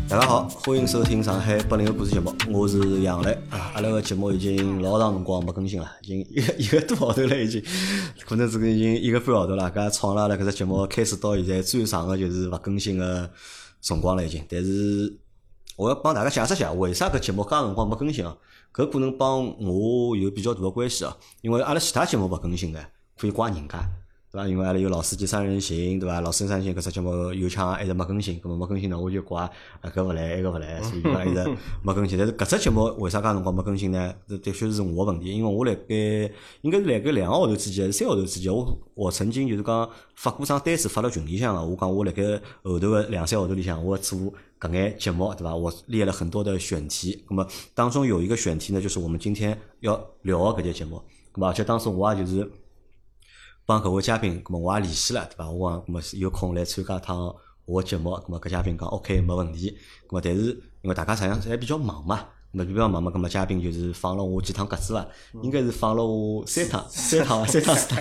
大家好，欢迎收听上海80后故事节目，我是杨磊啊。阿拉个节目已经老长辰光没更新了，已经一个多号头了，已经可能这个已经一个半号头了。搿创了搿只节目开始到现在最长的就是勿更新的辰光了已经。但是我要帮大家解释一下，为啥搿节目介长辰光没更新啊？搿可能帮我有比较大的关系啊，因为阿拉其他节目勿更新的，可以怪人家。对伐？因为阿拉有老司机三人行，对伐？老司机三人行搿只节目有腔一直没更新，搿么没更新呢，我就怪搿勿来，埃个勿来，所以讲一直没更新。但是搿只节目为啥介辰光没更新呢？这的确是我的问题，因为我辣盖应该是辣盖2个号头之前还是3个号头之前，我曾经就是讲发过张单子发到群里向个，我讲我辣盖后头个2、3号头里向，我做搿眼节目，对伐？我列了很多的选题，那么当中有一个选题呢，就是我们今天要聊的搿节节目，那么而且当时我也就是帮搿位嘉宾，咁么我也联系了，对伐？我讲咁么有空来参加趟我节目，咁么搿嘉宾讲 OK 没问题。咁么但是因为大家实际上还比较忙嘛，咁么比较忙嘛，咁么嘉宾就是放了我几趟鸽子伐，应该是放了我3趟4趟。4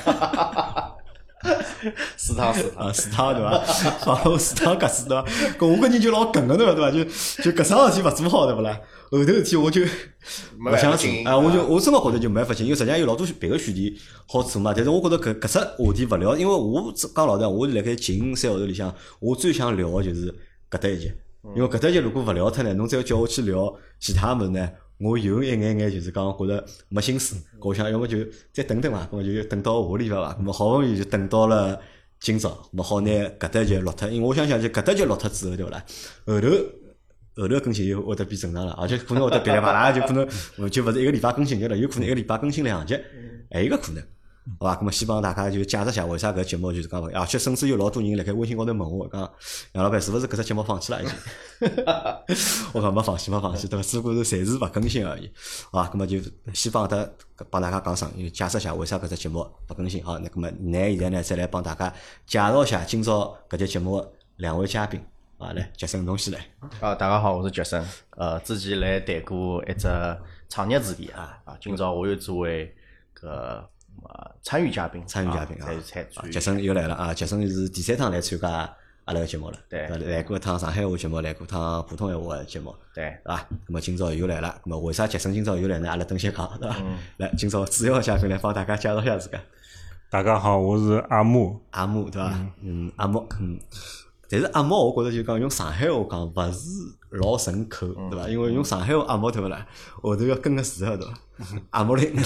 趟对伐？放了我4趟鸽子对伐？搿我搿人就老梗个对伐？就搿桩事体勿做好对勿啦？后头事体我就勿想做啊，我真个觉得就没法进，因为实际上有老多别个选题好做嘛。但是我觉得搿只话题勿聊，因为我讲老实话，我是辣盖近3号头里向，我最想聊个就是搿搭一集。因为搿搭一集如果勿聊脱呢，侬再叫我去聊其他物事呢，我有一眼就是讲觉得没心思。我想要么就再等等嘛，咾么就等到下个礼拜伐。咾么好不容易就等到了今朝，咾么好拿搿搭一集录脱，因为我想就搿搭一集录脱之后对勿啦？后头更新就会得变正常了，而且可能会得噼里啪啦，就可能就勿是一个礼拜更新就了，有可能一个礼拜更新2集，还有一个可能，好吧？咁么先帮大家就解释一下为啥搿节目就是讲，而且甚至有老多人辣盖微信高头问我讲，杨老板是勿是搿只节目放弃了已经？我讲没放弃，对伐？只不过是暂时勿更新而已，好吧？咁么就先帮大家讲声，解释一下为啥搿只节目勿更新。好，那咁么㑚现在呢再来帮大家介绍一下今朝搿节节目的2位嘉宾。啊，来，杰森，侬先来。 大家好，我是杰森。之前来谈过一只创业词典今朝我又作为参与嘉宾啊， 杰森又来了啊！杰森是第3趟来参加阿拉个节目了， 对， 来过一趟上海话节目，来过一趟普通闲话个节目， 对， 啊，那么今朝又来了，那么为啥杰森今朝又来呢？阿拉等歇讲，对伐？来，今朝主要嘉宾来帮大家介绍一下自家。 大家好，我是阿木， 对伐？阿木，但是阿木，我觉着就讲用上海话讲勿是老顺口，对伐？因为用上海话阿木对勿啦？后头要跟个字个对伐？阿木林，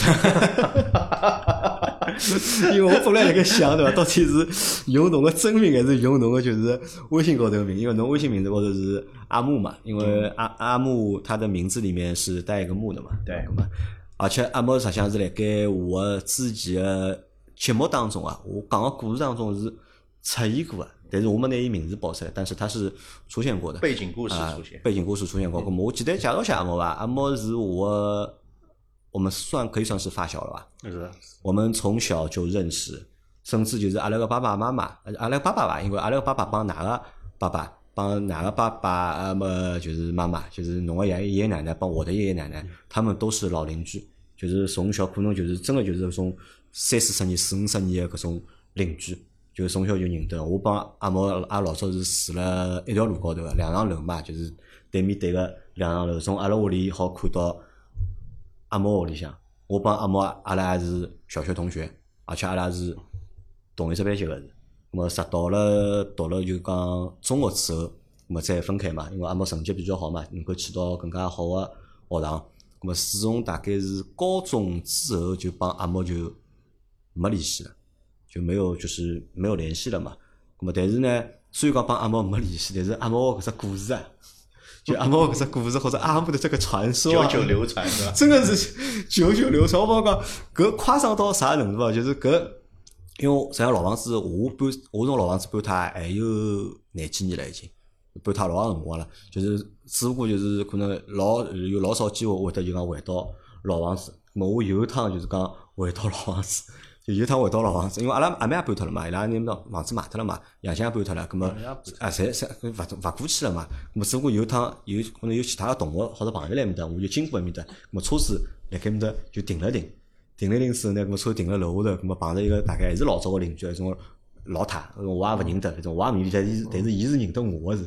因为我本来辣盖想对伐？到底是用侬个真名还是用侬个就是微信高头名？因为侬微信名字高头是阿木嘛，因为阿木他的名字里面是带一个木的嘛， 对嘛。而且阿木实际上是辣盖我之前个节目当中啊，我讲个故事当中是出现过的。但是我没拿伊名字报出来，但是他是出现过的。 背景故事出现， 背景故事出现过。咁我简单介绍一下阿莫吧。阿莫是我们可以算是发小了吧？ 是。 我们从小就认识，甚至就是阿拉个爸爸妈妈，阿拉个爸爸吧，因为阿拉个爸爸帮哪个爸爸帮哪个爸爸，就是妈妈，就是侬个爷爷奶奶帮我的爷爷奶奶，他们都是老邻居，就是从小可能就是真的就是搿种30-40年、40-50年的搿种邻居。就从小就认得，我帮阿毛阿老早是住了一条路高头个2层楼嘛，就是对面对个2层楼，从阿拉屋里好看到阿毛屋里向。我帮阿毛阿拉也是小学同学，而且阿拉是同一只班级个是。那么直到了读了就讲中学之后，那么再分开嘛，因为阿毛成绩比较好嘛，能够去到更加好个学堂。那么自从大概是高中之后，就帮阿毛就没联系了。就没有联系了嘛，咁么但是呢，虽然讲帮阿毛没联系，但是阿毛搿只故事啊，就阿毛搿只故事或者阿毛的这个传说啊， 久久流传是吧？ 真的是久久流传。我帮讲搿夸张到啥程度啊？就是搿，因为实际上老房子我从老房子搬脱还有廿几年了已经，搬脱老长辰光了，就是只不过就是可能有老少机会会得就讲回到老房子。咁么我有一趟就是讲回到老房子。就有趟回到老房子，因为阿拉阿妹也搬脱了嘛，伊拉那房子卖脱了嘛，杨先也搬脱了，葛末侪勿过去了嘛。葛末只不过有趟可能有其他个同学或者朋友来面搭，我就经过埃面搭，葛末车子辣盖面搭就停了停之后呢，葛末车停了楼下头，葛末碰着一个大概还是老早个邻居，一种老太，我也勿认得，反正我也勿认得，但是伊是认得我个是。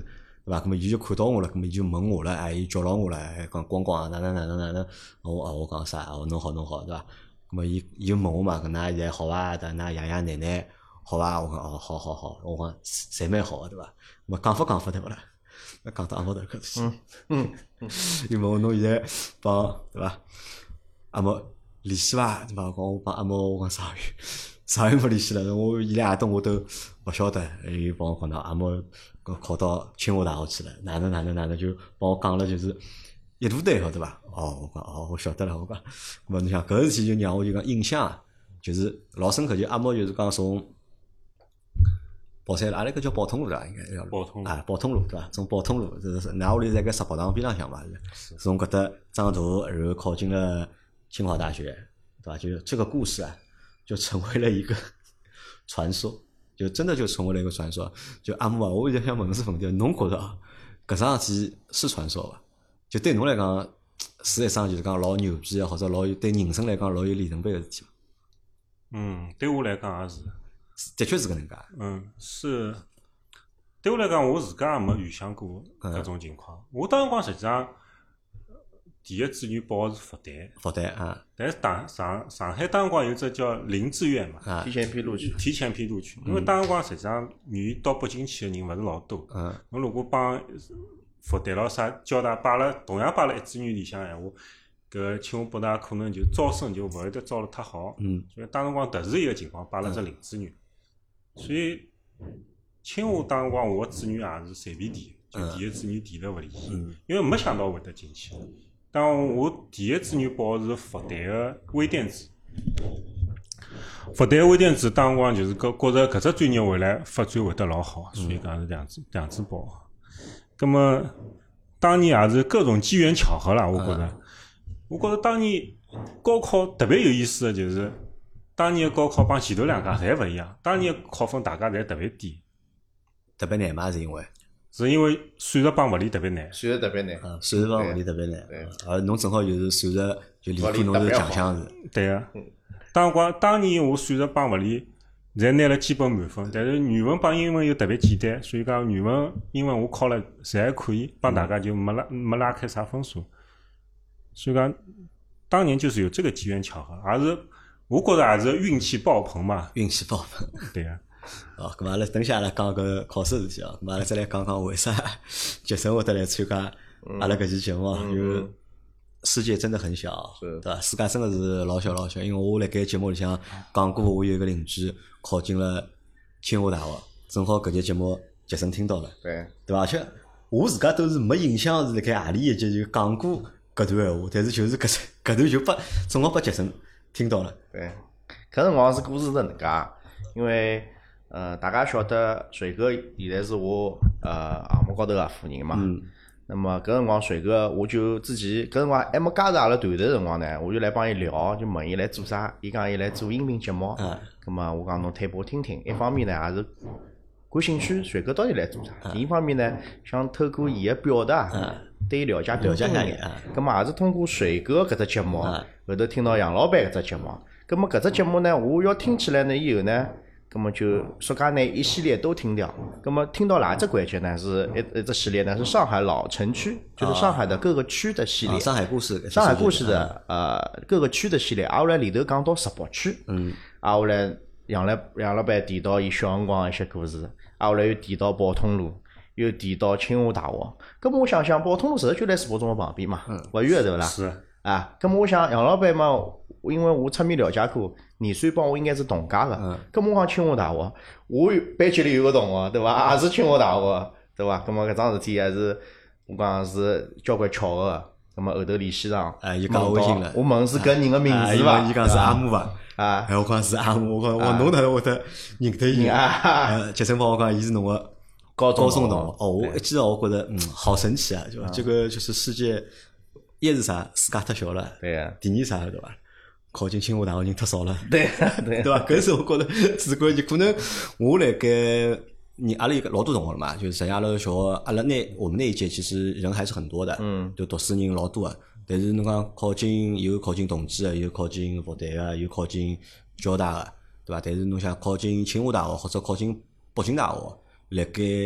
对伐？咁么伊就看到我了，咁么伊就问我了，伊叫牢我了，讲光光哪能，我讲啥？侬好，对伐？咁么伊就问我嘛，搿㑚现在好伐？㑚爷爷奶奶好伐？我讲好，我讲侪蛮好个，对伐？咁么讲法对勿啦？那讲到阿毛头搿去，伊问我侬现在帮对伐？阿毛联系伐？对伐？我帮阿毛我讲啥月没联系了，我伊拉阿东我都勿晓得，伊帮我讲到阿毛考到清华大学去了，哪能就帮我讲了，就是一大堆个对伐？我讲我晓得了，我讲，咁么侬想搿事体就让我就讲印象就是老深刻，就阿毛就是讲从宝山路，阿拉搿叫宝通路啦，应该叫宝通路宝通路对伐？从宝通路，就是㑚屋里在搿石宝塘边浪向嘛，从搿搭长大，然后考进了清华大学，对伐？就这个故事啊，就成为了一个传说，就真的就成为了一个传说。就阿木啊，我现在想问是问题，侬觉着啊，搿桩事体是传说伐？就对侬来讲，是一桩就是讲老牛逼的，或者老有对人生来讲老有里程碑的事体伐？ 对我来讲也是。 的确是搿能介。 是。对我来讲，我自家也没预想过搿种情况。我当辰光实际上，第一志愿报的是复旦。 复旦啊。 但是上海当辰光有只叫林志愿嘛， 提前批录取。 因为当辰光实际上愿意到北京去的人勿是老多。侬如果帮复旦咯啥交大同样摆了一志愿里向闲话，搿清华北大可能就招生就勿会得招了太好。所以当辰光特殊一个情况摆了只林志愿。所以清华当辰光我的志愿也是随便填，就第一志愿填了物理系，因为没想到会得进去。当我第一志愿报是复旦的微电子，复旦微电子当辰光就是觉着搿只专业未来发展会得老好，所以讲是这样子报。咁么当年也是各种机缘巧合啦，我觉着当年高考特别有意思的就是，当年的高考帮前头两届侪勿一样，当年的考分大家侪特别低， 特别难嘛，是因为数学帮物理特别难。 数学特别难。 数学帮物理特别难。而侬正好就是数学就理科侬是强项是。 对个。当年我数学帮物理侪拿了基本满分，但是语文帮英文又特别简单，所以讲语文、英文我考了侪还可以，帮大家就没拉开啥分数。所以讲当年就是有这个机缘巧合，我觉着也是运气爆棚嘛。 运气爆棚。 对个。 咁阿拉等下来讲搿考试事体咁阿拉再来讲讲为啥杰森会得来参加阿拉搿期节目因为世界真的很小，对伐？世界真的是老小。因为我辣盖节目里向讲过，我有一个邻居考进了清华大学，正好搿节节目杰森听到了，对伐？而且我自家都是没印象是辣盖何里一节就讲过搿段闲话，但是就是搿段就正好被杰森听到了。 对，搿辰光是故事是能介，因为大家晓得水哥现在是我项目高头个负责人嘛。那么搿辰光水哥我就之前搿辰光还没加入阿拉团队辰光呢，我就来帮伊聊，就问伊来做啥，伊讲伊来做音频节目。咁么我讲侬推拨我听听，一方面呢也是感兴趣水哥到底来做啥，另一方面呢想透过伊个表达对伊了解更多眼。咁么也是通过水哥搿只节目后头听到杨老板搿只节目，咁么搿只节目呢我要听起来呢以后呢，咁么就说家呢一系列都听掉。咁么听到哪只环节呢？是一只系列呢？是上海老城区，就是上海的各个区的系列。 上海故事的各个区的系列。后来里头讲到石宝区。后来杨老板提到伊小辰光一些故事。后来又提到宝通路，又提到清华大学。咁么我想想，宝通路实在就在世博中学旁边嘛，勿远对勿啦？ 是。 咁么我想杨老板嘛，因为我侧面了解过。年岁帮我应该是同届个，咁我讲清华大学，我班级里有个同学，对伐？也是清华大学，对伐？咁么搿桩事体还是我讲是交关巧合个。咁么后头联系上， 伊讲微信了， 我问是搿人个名字伐？ 伊讲是阿木伐？我讲是阿木，我讲侬哪能会得认得伊？杰森帮我讲伊是侬个高中同学。我一记得我觉得好神奇啊！就这个就是世界，一是啥？世界太小了， 对呀。 第二啥对伐？考进清华大学人太少了， 对伐？搿是我觉得是关键。可能我辣盖阿拉有老多同学了嘛，就是实际阿拉小学，我们那一届其实人还是很多的，就读书人老多的。但是侬讲有考进同济的，有考进复旦的，有考进交大的，对伐？但是侬想考进清华大学或者考进北京大学，辣盖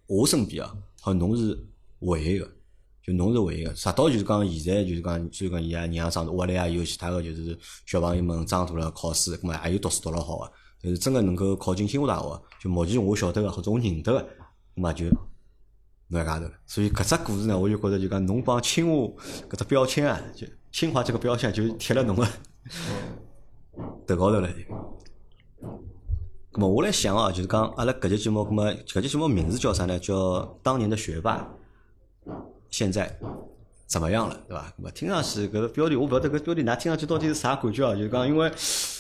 我身边啊，好像侬是唯一个，就侬是唯一个。直到就是讲现在就是讲，所以讲伊拉娘长大，屋里也有其他个就是小朋友们长大了考试，咁么也有读书读了好个，就是真个能够考进清华大学，就目前我晓得个或者我认得个，咁么就侬一家头。所以搿只故事呢，我就觉着就讲侬帮清华搿只标签啊，就清华这个标签就贴了侬个头高头了。咁么我来想啊，就是讲阿拉搿节节目，咁么搿节节目名字叫啥呢？叫《当年的学霸》。现在怎么样了，对吧？听上去搿个标题，我不晓得搿标题㑚听上去到底是啥感觉啊？就是讲，因为，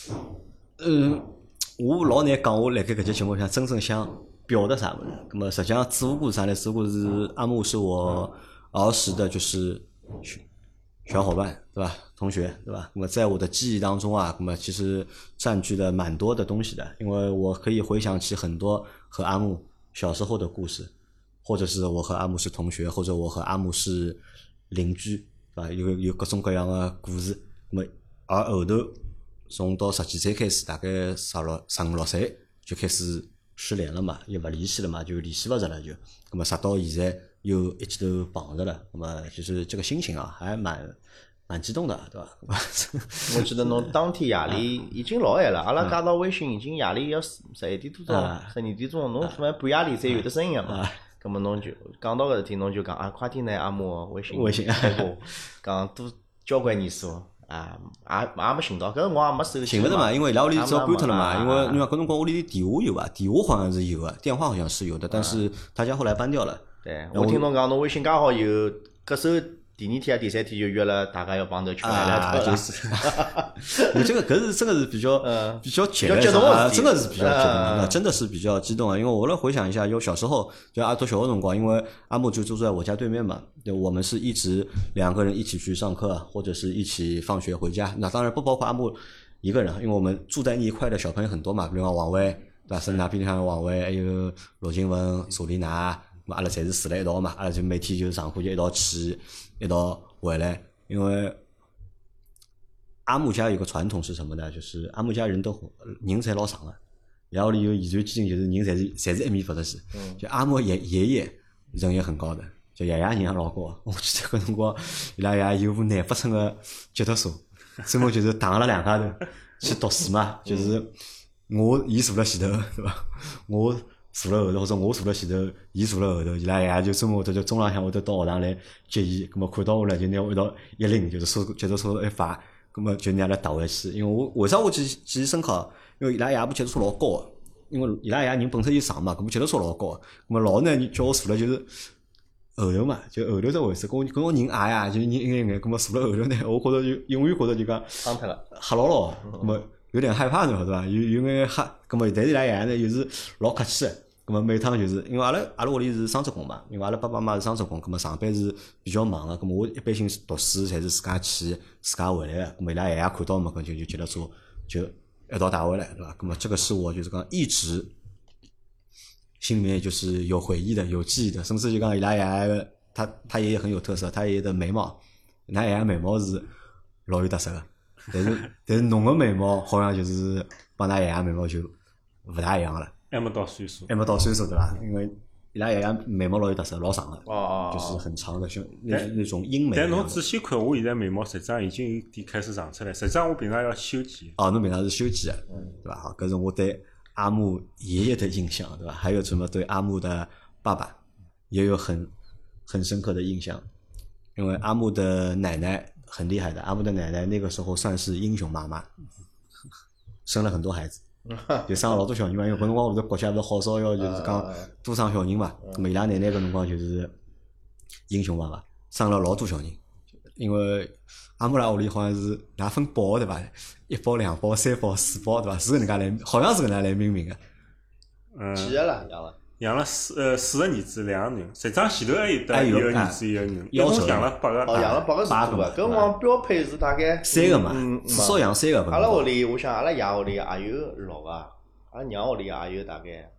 我老难讲，我辣盖搿节节目上真正想表达啥物事。那么实际上，只不过是啥呢？只不过是阿木是我儿时的，就是小伙伴，对吧？同学，对吧？那么在我的记忆当中啊，那么其实占据了蛮多的东西的，因为我可以回想起很多和阿木小时候的故事。或者是我和阿木是同学，或者我和阿木是邻居，对吧？有各种各样的故事。那么而后头从到10几岁开始，大概15、16岁就开始失联了嘛，又勿联系了嘛，就联系勿着了就。那么直到现在又一记头碰着了，那么就是这个心情啊，还蛮激动的，对吧？ 我记得侬当天夜里已经老晚了，阿拉加到微信已经夜里要11点多钟、12点钟，侬什么半夜里才有的声音嘛？咁么侬就讲到搿事体，侬就讲啊，快点拿阿木微信开过，讲多交关年数啊，也没寻到，搿辰光也没手机， 寻勿着嘛，因为伊拉屋里早搬脱了嘛，因为侬讲搿辰光屋里电话有啊，电话好像是有的，电话好像是有的，但是他家后来搬掉了。 对，我听侬讲侬微信加好以后，搿首第2天啊、第3天就约了大家要帮头吃饭了， 就是。你这个搿是真的是比较激动啊，真的是比较激动，真的是比较激动啊！因为我来回想一下，有小时候就阿读小学辰光，因为阿木就住在我家对面嘛，就我们是一直2个人一起去上课，或者是一起放学回家。那当然不包括阿木一个人，因为我们住在那一块的小朋友很多嘛，比如讲王威，对吧？森达边上王威，还有罗静文、苏丽娜，阿拉侪是住辣一道嘛，阿拉就每天就上课就一道去。一道回来，因为阿木家有个传统是什么呢？就是阿木家人侪老长的，然后里有遗传基因，就是人侪是1米80几。就阿木爷爷人也很高的，就爷爷人老高。我记得搿辰光，伊拉爷有部难不成个脚踏车，专门就是躺辣2家头去读书嘛。就是伊坐辣前头，对伐？我坐辣后头，或者我坐辣前头，伊坐辣后头，伊拉爷就专门会得就中浪向会得到学堂来接伊，咁么看到我了就拿我一道一拎，就是脚踏车一发，咁么就拿阿拉踏回去。因为我为啥我记忆深刻？因为伊拉爷部脚踏车老高个，因为伊拉爷人本身就长嘛，咁么脚踏车老高个，咁么老呢叫我坐了就是后头嘛，就后头只位置，跟我人矮呀，就人一眼眼，咁么坐辣后头呢，我觉着就永远觉着就讲伤脱了， 吓牢牢，咁么有点害怕呢，对伐？有眼吓，咁么但是伊拉爷呢又是老客气个。咁么每趟就是因为阿拉屋里是双职工嘛，因为阿拉爸爸妈妈是双职工，咁么上班是比较忙个，咁么我一般性读书侪是自家去自家回来个，咁么伊拉爷爷看到嘛，搿就脚踏车就一道带回来，对伐？咁么这个是我就是讲一直心里面就是有回忆的、有记忆的，甚至就讲伊拉爷爷他爷爷很有特色，他爷爷的眉毛，伊拉爷爷眉毛是老有特色个，但是侬个眉毛好像就是帮㑚爷爷眉毛就勿大一样了。 还没到岁数， 对伐？因为伊拉爷爷眉毛老有特色，老长的，就是很长的，像那种鹰眉。 但侬仔细看，我现在眉毛实际上已经有点开始长出来。实际上我平常要修剪。 侬平常是修剪的，对伐？好，搿是我对阿木爷爷的印象，对伐？还有什么对阿木的爸爸也有很深刻的印象，因为阿木的奶奶很厉害的，阿木的奶奶那个时候算是英雄妈妈，生了很多孩子。就生了老多小人嘛，因为搿辰光勿是国家勿是号召要就是讲多生小人嘛，咁么伊拉奶奶搿辰光就是英雄妈妈，生了老多小人。因为阿姆拉屋里好像是拿分包对伐？1包、2包、3包、4包对伐？是搿能介来，好像是搿能介来命名个。 几个了养了4个儿子2个囡，实际上前头还有得一个儿子1个囡，一共养了8个。 养了8个是多个，搿辰光标配是大概 3个嘛，至少养3个。 阿拉屋里，我想阿拉爷屋里也有6个，阿拉娘屋里也有大概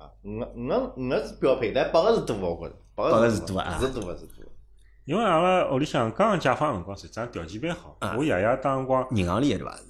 5个是标配，但8个是多我觉着，8个是多啊，是多。 因为阿拉屋里向刚刚解放辰光，实际上条件蛮好。我爷爷当辰光银行里对伐？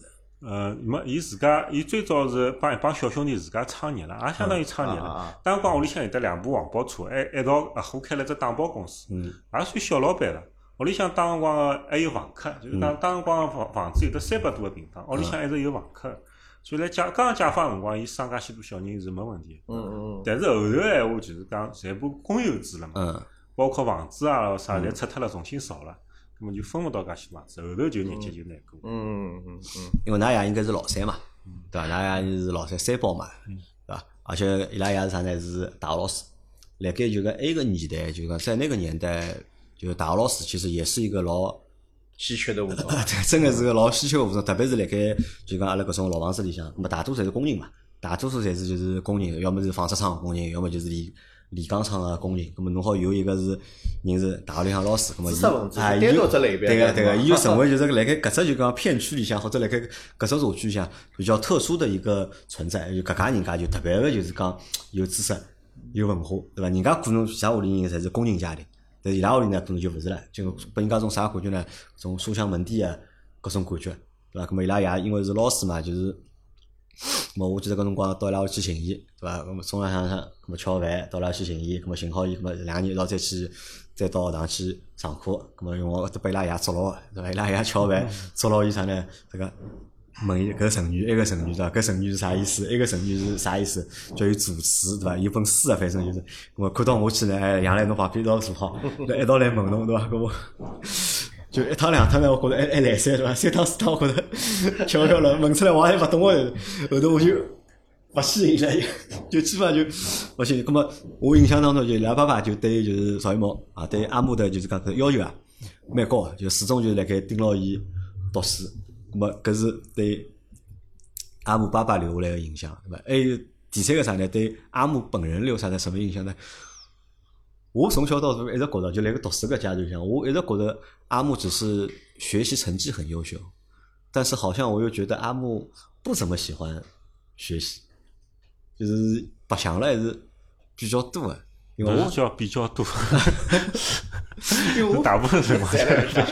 伊自家，伊最早是帮一帮小兄弟自家创业了，也相当于创业了。当辰光屋里向有得2部黄包车，还一道合伙开了只打包公司，也算小老板了。屋里向当辰光还有房客，就是讲当辰光房子有得300多个平方，屋里向一直有房客。所以来刚刚解放辰光，伊生介许多小人是没问题。但是后头闲话就是讲，全部公有制了嘛，包括房子啊啥，侪拆脱了，重新造了。根本就分勿到介许多房子，后头就日脚就难过。 因为㑚爷应该是老三嘛，对伐？㑚爷是老三宝嘛，对伐？而且伊拉爷是啥呢？是大学老师。辣盖就搿埃个年代，就讲在那个年代，就大学老师其实也是一个老稀缺的物种。 对，真个是个老稀缺个物种，特别是辣盖就讲阿拉搿种老房子里向，那么大多数侪是工人嘛，大多数侪是就是工人，要么是纺织厂工人，要么就是炼钢厂个工人。咁么侬好有一个是人是大学里向老师，咁么单独只类别。 对个，伊就成为就是辣盖搿只就讲片区里向或者辣盖搿只社区里向比较特殊的一个存在。就搿家人家就特别个就是讲有知识、有文化，对伐？人家可能其他屋里人侪是工人家庭，但是伊拉屋里呢可能就勿是了，就拨人家种啥感觉呢？种书香门第个搿种感觉，对伐？咁么伊拉爷因为是老师嘛，就是。咁我记得搿辰光到伊拉屋去寻伊，对伐？咁中浪向咁么吃好饭，到伊拉去寻伊，咁么寻好伊，咁么2个人一道再到学堂去上课，咁么用我都被伊拉爷捉牢，对伐？伊拉爷吃好饭捉牢伊啥呢？这个问伊搿成语，埃个成语对伐？搿成语是啥意思？埃个成语是啥意思？叫伊组词，对伐？有本书啊，反正就是，咁么看到我去呢，杨澜侬旁边一道坐好，一道来问侬，对伐？咁么。就1趟2趟呢，我觉着还来三对伐？3趟4趟我觉着悄悄了问出来，我也勿懂个。后头我就勿吸引了，就基本上就勿吸引。咁么我印象当中就伊拉爸爸就对就是邵一毛啊，对阿姆的就是讲搿要求啊蛮高个，就始终就是辣盖盯牢伊读书。咁么搿是对阿姆爸爸留下来个印象，对伐？还有第三个啥呢？对阿姆本人留下来什么印象呢？我从小到大一直觉得，就辣盖读书个阶段上，我一直觉得阿木只是学习成绩很优秀，但是好像我又觉得阿木不怎么喜欢学习，就是白相了还是比较多的。因为我叫比较多， 因为我大部分辰光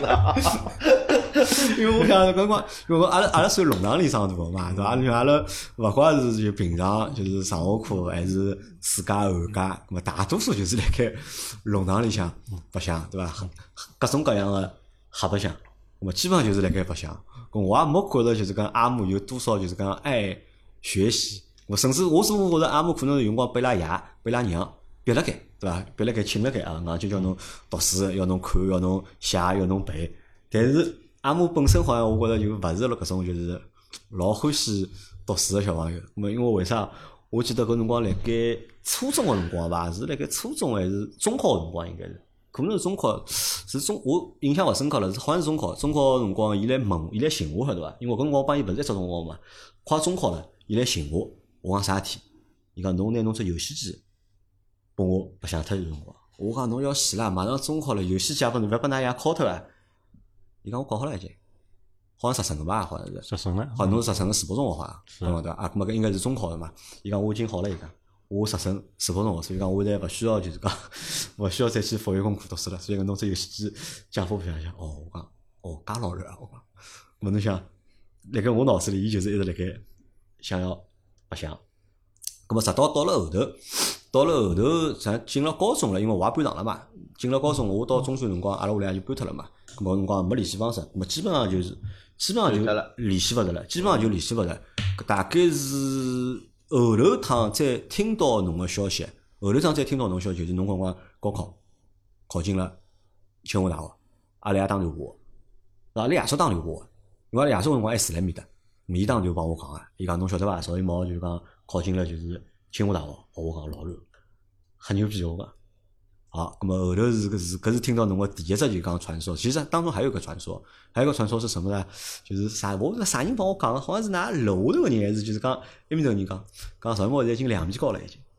因为我想搿辰光，因为阿拉算弄堂里长大嘛，对伐？阿拉勿怪是就平常就是上下课还是暑假寒假，咁么大多数就是辣盖弄堂里向白相，对伐？各种各样的瞎白相，咁么基本上就是辣盖白相。咁我也没觉着就是讲阿姆有多少就是讲爱学习，我甚至我觉着阿姆可能有辰光被伊拉爷、被伊拉娘逼辣盖，对伐？逼辣盖请辣盖啊，硬就叫侬读书，要侬看，要侬写，要侬背，但是。阿姆本身好像我觉着就勿是搿种就是老欢喜读书个小朋友。咁么因为为啥？我记得搿辰光辣盖初中个辰光伐，是辣盖初中还是中考个辰光应该是，可能是中考，我印象勿深刻了，好像是中考。中考个辰光伊来寻我，晓得伐？因为搿辰光帮伊勿是一只同学嘛，快中考了，伊来寻我，我讲啥事体？伊讲侬拿侬只游戏机拨我白相脱有辰光。我讲侬要死啦，马上中考了，游戏机也勿要拨㑚爷敲脱啊！伊讲我搞好了已经，好像10成个吧，好像是 10成了， 好像侬是10成个4普中学好像，对伐？啊，咁么搿应该是中考的嘛？伊讲我已经好了，伊讲我10成4普中学，所以讲我现在勿需要就是讲勿需要再去复习功课读书了，所以讲侬只游戏机借拨我白相。哦，我讲哦，介老热啊！我讲，咁侬想，辣盖我脑子里，伊就是一直辣盖想要白相。咁么直到了后头，咱进了高中了，因为我也搬堂了嘛。进了高中，我到中学辰光，阿拉屋里向就搬脱了嘛。咁么辰光没联系方式，咁么基本上就联系勿着了，基本上就联系勿着。大概是后头趟再听到侬个消息，就是侬辰光高考考进了清华大学，阿拉也打电话，阿拉爷叔打电话，因为阿拉爷叔辰光还住辣面搭，伊打电话帮我讲啊，伊讲侬晓得伐？邵一毛就是讲考进了就是清华大学，我讲老乱，很牛逼我讲。好，咁么后头搿是听到侬个第一只就讲传说，其实当中还有个传说，是什么呢？就是啥，我是啥人帮我讲的，好像是㑚楼下头个人，还是就是讲埃面头人讲邵一毛现在已经2米高了已经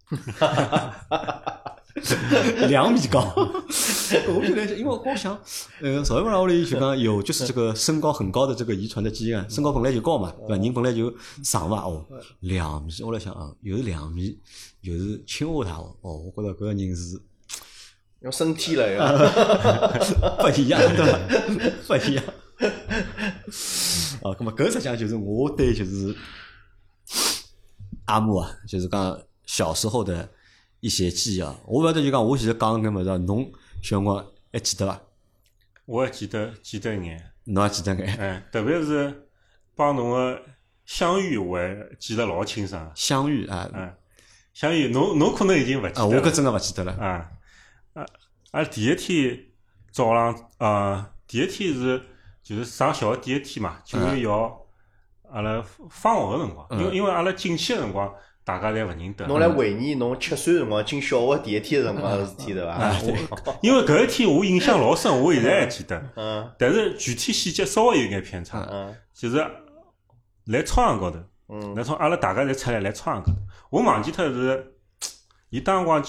，2米高。我就在想，因为我想，邵一毛屋里就讲有就是这个身高很高的这个遗传的基因啊，身高本来就高嘛，对吧？人本来就长嘛，哦，2米，我来想啊，又是2米，又是清华大学，哦，我觉着搿个人是。 要升天了呀！ 不一样，对吧？不一样。啊，咁那么搿实际上就是我对就是阿木啊，就是讲小时候的一些记忆啊。我勿晓得就讲我现在讲搿物事，侬小辰光还记得伐？ 我还记得一眼。 侬也记得眼？ 特别是帮侬个相遇，我还记得老清爽。 相遇啊， 相遇，侬可能已经勿记得了。 我搿真个勿记得了。 第一天早浪第一天就是上小学第一天嘛，9月1号，阿拉放学个辰光，因为阿拉进去个辰光，大家侪勿认得。 侬来回忆侬7岁辰光进小学第一天个辰光个事体对伐？ 因为搿一天我印象老深，我现在还记得。但是具体细节稍微有眼偏差。就是来操场高头，阿拉大家侪出来操场高头，我忘记脱是，伊当光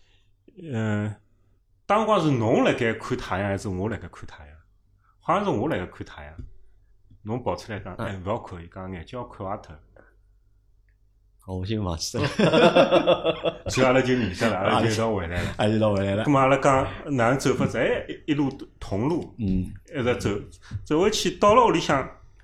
当光是侬辣盖看太阳，还是我辣盖看太阳？好像是我辣盖看太阳。侬跑出来讲，勿要看，伊讲眼睛要看坏脱。 我已经忘记了。 所以阿拉就认得了，阿拉就一道回来了。 一道回来了。 咁阿拉讲哪能走法子？一路同路，一直走回去，到了屋里向，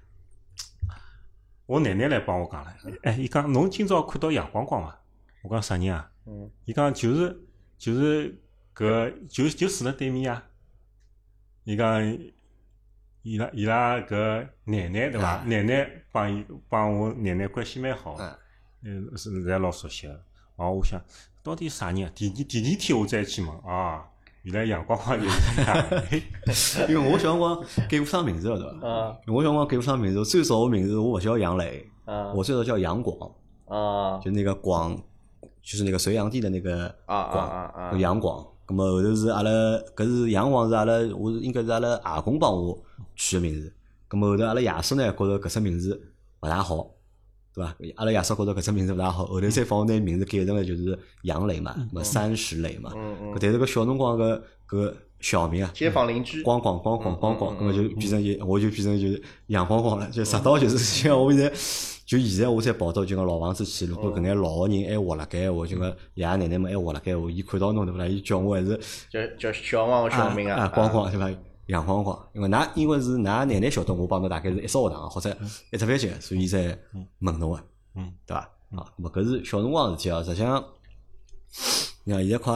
我奶奶来帮我讲了。伊讲侬今朝看到杨光光伐？我讲啥人啊？伊讲就是搿就住辣对面啊。伊讲伊拉搿奶奶对伐？奶奶帮我奶奶关系蛮好。是侪老熟悉个。我想到底啥人啊？第二天我再去问原来杨光光就是他。 因为我小辰光改过啥名字了对伐？我小辰光改过啥名字？最早的名字我勿叫杨磊，我最早叫杨广。就那个广，就是那个隋炀帝的那个广，杨广。咁么后头是阿拉，搿是杨广是阿拉，我应该是阿拉阿公帮我取个名字。咁么后头阿拉爷叔呢，觉着搿只名字勿大好。对伐？阿拉爷叔觉着搿只名字勿大好，后头再帮我拿名字改成了就是杨磊嘛，么30磊嘛。但是搿小辰光搿小名啊， 街坊邻居， 光，咁么就变成我就变成就是杨光光了，就直到就是像我现在我才跑到就讲老房子去，如果搿眼老个人还活辣盖话，就讲爷爷奶奶们还活辣盖话，伊看到侬对勿啦？伊叫我还是叫小光个小名啊， 光对伐？杨光光，因为是㑚奶奶晓得我帮侬大概是一只学堂或者一只班级，所以伊才问侬个，对伐？咁搿是小辰光事体啊。实际上，你看现在快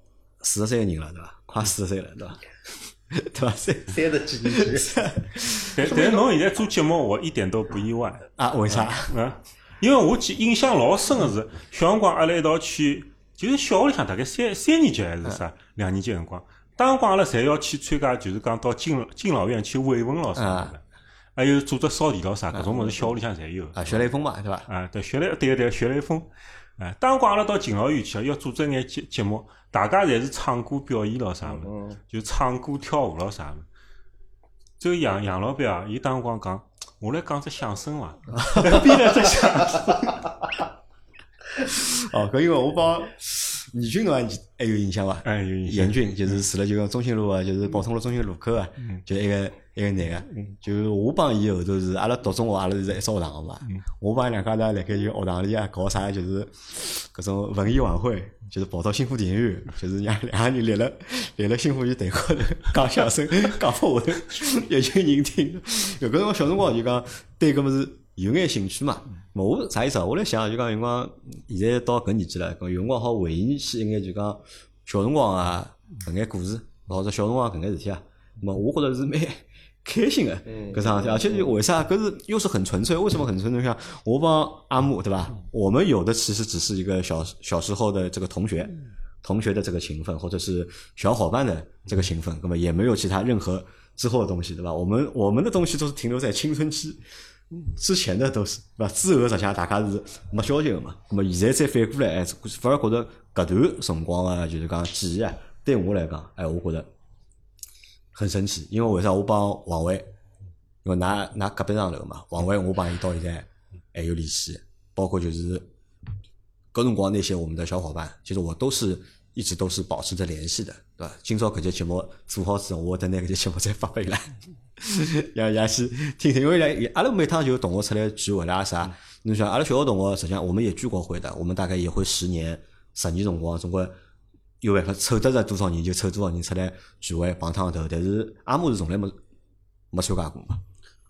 40岁个人了，对伐？快40岁了，对伐？对伐 ？30几年。 但是侬现在做节目，我一点都不意外。 为啥？ 因为我印象老深个是，小辰光阿拉一道去，就是小学里向大概三年级还是啥2年级辰光。当辰光阿拉侪要去参加，就是讲到敬老院去慰问咯啥的，还有组织扫地咯啥，搿种物事小学里向侪有。 学雷锋嘛，对伐？ 对，学雷锋。当辰光阿拉到敬老院去，要组织眼节目，大家侪是唱歌表演咯啥物事，就唱歌跳舞咯啥物事。这杨老板啊，伊当辰光讲，我来讲只相声伐，编了只相声。 搿因为我帮倪俊侬还有印象伐？ 有印象。 严俊就是住了就讲中心路啊，就是宝通路中心路口啊，就一个男个，就是我帮伊后头是阿拉读中学，阿拉是一只学堂个嘛。我帮伊两家头辣盖就学堂里啊搞啥，就是搿种文艺晚会，就是跑到幸福电影院，就是让两个人立了幸福院台高头讲相声，讲拨下头一群人听。搿辰光小辰光就讲对搿物事有眼兴趣嘛。我啥意思啊？我来想就讲有辰光现在到搿年纪了，有辰光好回忆起一眼就讲小辰光啊搿眼故事，或者小辰光搿眼事体啊。我觉着是蛮开心的搿桩事体，而且为啥？搿是又是很纯粹。为什么很纯粹？像我帮阿木对吧？我们有的其实只是一个小时候的这个同学的这个情分，或者是小伙伴的这个情分，那么也没有其他任何之后的东西，对吧？我们的东西都是停留在青春期之前的，都是对吧？之后实际上大家是没交集的嘛。那么现在再反过来，反而觉得搿段辰光啊，就是讲记忆啊，对我来讲，我觉得很神奇。因为为啥？我帮王伟，因为拿隔壁上楼嘛，王伟我帮伊到现在还有联系，包括就是搿辰光那些我们的小伙伴，其实我一直都是保持着联系的，对吧？今朝搿节节目做好之后，我等那搿节节目再发拨伊拉，让去听听。因为阿拉每趟就同学出来聚会啦啥，侬想阿拉小学同学，实际上我们也聚过会的，我们大概也会10年辰光，总归有办法凑得着多少人就凑多少人出来聚会碰趟头。但是阿木是从来没参加过嘛。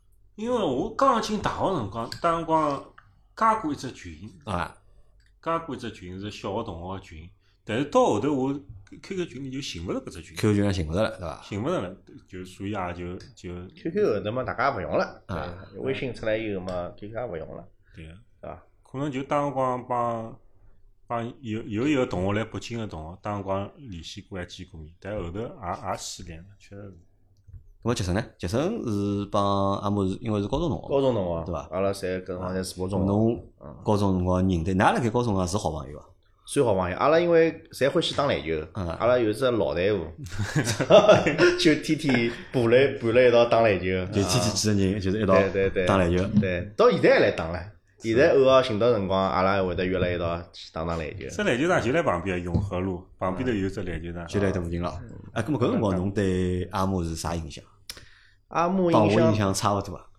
因为我刚进大学辰光，当辰光加过一只群啊， 加过一只群是小学同学个群，但是到后头我 QQ 群里就寻勿着搿只群 ，QQ 群也寻勿着了，对伐？ 寻勿着了，就所以也就 QQ 后头嘛，大家也勿用了，微信出来以后嘛，QQ 也勿用了， 对个， 对伐？ 可能就当辰光帮有一个同学来北京个同学，当辰光联系过还见过面，但后头也失联了，确实是。 咁么杰森呢？杰森是帮阿姆是因为是高中同学， 高中同学对伐？ 阿拉侪搿辰光侪是中侬高中辰光认得，㑚辣盖高中是好朋友伐？ 算好朋友，阿拉因为侪欢喜打篮球，阿拉有只老队伍，就天天伴了一道打篮球， 就天天几个人就是一道对打篮球。 对，到现在还来打唻。现在偶尔寻到辰光，阿拉还会得约了一道去打篮球。 这篮球场就辣旁边，永和路旁边头有只篮球场， 就辣附近了。哎，咁么搿辰光侬对阿姆是啥印象？ 阿姆帮我印象差勿多啊。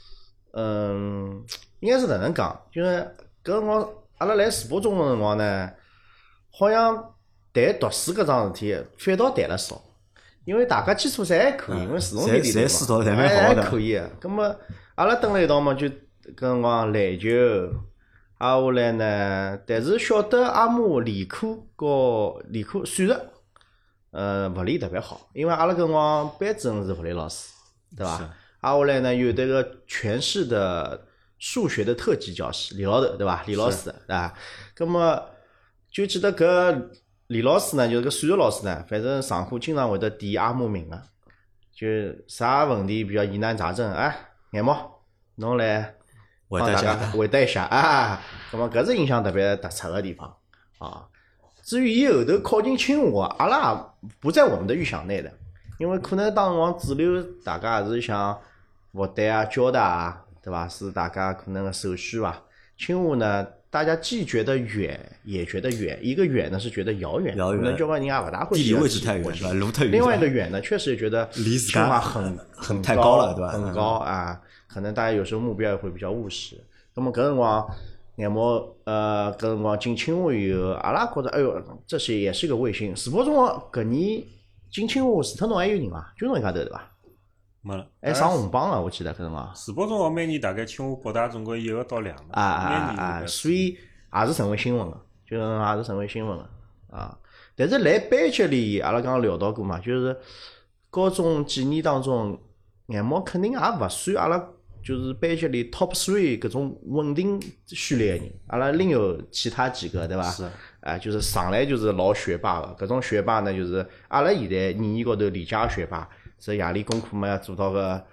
应该是哪能讲？就是搿辰光阿拉来世博中个辰光呢，好像谈读书搿桩事体反倒谈了少，因为大家基础侪还可以，因为自从地侪书读得侪蛮好的， 还可以个。咁么阿拉蹲辣一道嘛，就搿辰光篮球，挨下来呢，但是晓得阿姆理科数学，物理特别好，因为阿拉搿辰光班主任是物理老师，对伐？挨下来呢，有迭个全市的数学的特级教师李老头，对伐？李老师，对伐？咁么就记得搿李老师呢，就是搿数学老师呢，反正上课经常会得点阿姆名个，就啥问题比较疑难杂症，哎，眼毛侬来帮大家回答一下啊。咁么搿是印象特别突出个地方啊。至于伊后头考进清华，阿拉也不在我们的预想内的，因为可能当辰光主流大家也是想复旦啊、交大啊，对吧？是大家可能的首选吧。清华呢，大家既觉得远，也觉得远。一个远呢是觉得遥远，可能交关人也不大会。 地理位置太远是吧？路太远。 另外一个远呢，确实觉得离清华很太高了，对吧？ 很高啊，可能大家有时候目标也会比较务实。那么搿辰光，眼毛搿辰光进清华以后，阿拉觉得哎哟，这是也是个卫星。世博中学搿年进清华，除脱侬还有人伐？就侬一家头对伐？ 没了， 还上红榜了，我记得搿辰光。 世博中学每年大概清华北大总归1个到2个。 所以也是成为新闻了，就也是成为新闻了啊。但是来班级里，阿拉刚刚聊到过嘛，就是高中几年当中，眼毛肯定也勿算阿拉就是班级里 top 3搿种稳定序列的人，阿拉另有其他几个，对伐？ 是。 就是上来就是老学霸的，搿种学霸呢，就是阿拉现在年高头理解学霸，这夜里功课嘛要做到个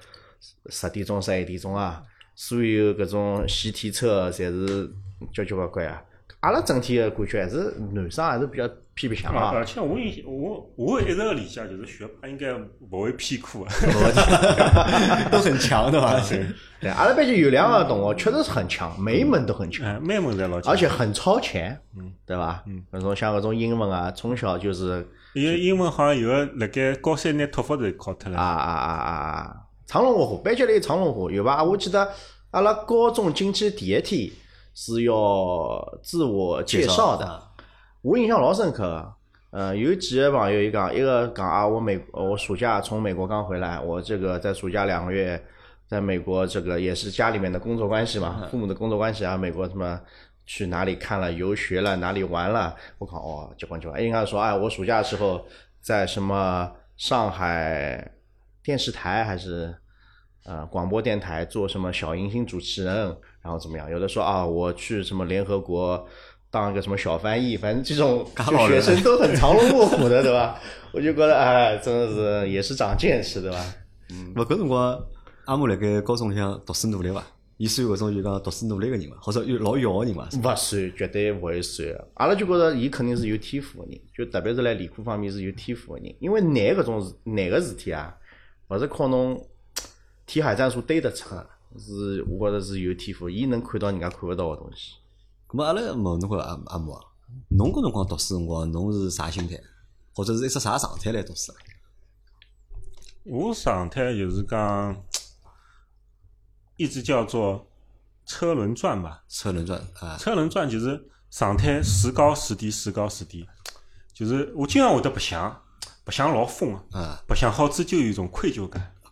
10点钟、11点钟啊，所有搿种习题册侪是交交关关啊。阿拉整体的感觉还是男生还是比较偏向啊。 而且我一直的理解就是学霸应该不会偏科啊， 都很强的吧？ 对，阿拉班级有2个同学确实是很强，每一门都很强， 每门侪老强， 而且很超前，对吧？搿种像搿种英文啊，从小就是。 因为英文好像有个辣盖高3拿托福都考脱了。 长龙活班级里长龙活有吧？我记得阿拉高中进去第一天是要自我介绍的，我印象老深刻。有几个朋友一个讲啊，我暑假从美国刚回来，我这个在暑假2个月在美国，这个也是家里面的工作关系嘛，父母的工作关系啊，美国什么去哪里看了游学了，哪里玩了，我靠哦，结棍，应该说我暑假的时候在什么上海电视台还是广播电台做什么小迎新主持人，然后怎么样？有的说我去什么联合国当一个什么小翻译，反正这种学生都很藏龙卧虎的，对吧？我就觉得真的是也是长见识，对吧？ 搿辰光阿姆辣盖高中里向读书努力伐？伊算搿种就讲读书努力个人伐？或者有老要个人伐？ 勿算，绝对勿会算。阿拉就觉着伊肯定是有天赋个人，就特别是辣理科方面是有天赋个人。因为难个事体啊，勿是靠侬题海战术对得出，是我觉着是有天赋，伊能看到人家看勿到个东西。 咁么阿拉问侬个阿姆啊，侬搿辰光读书辰光，侬是啥心态，或者是一只啥状态来读书？ 我状态就是讲，一直叫做车轮转吧。 车轮转啊， 车轮转就是状态时高时低，时高时低。就是我经常会得白相老疯啊，白相好之就有一种愧疚感。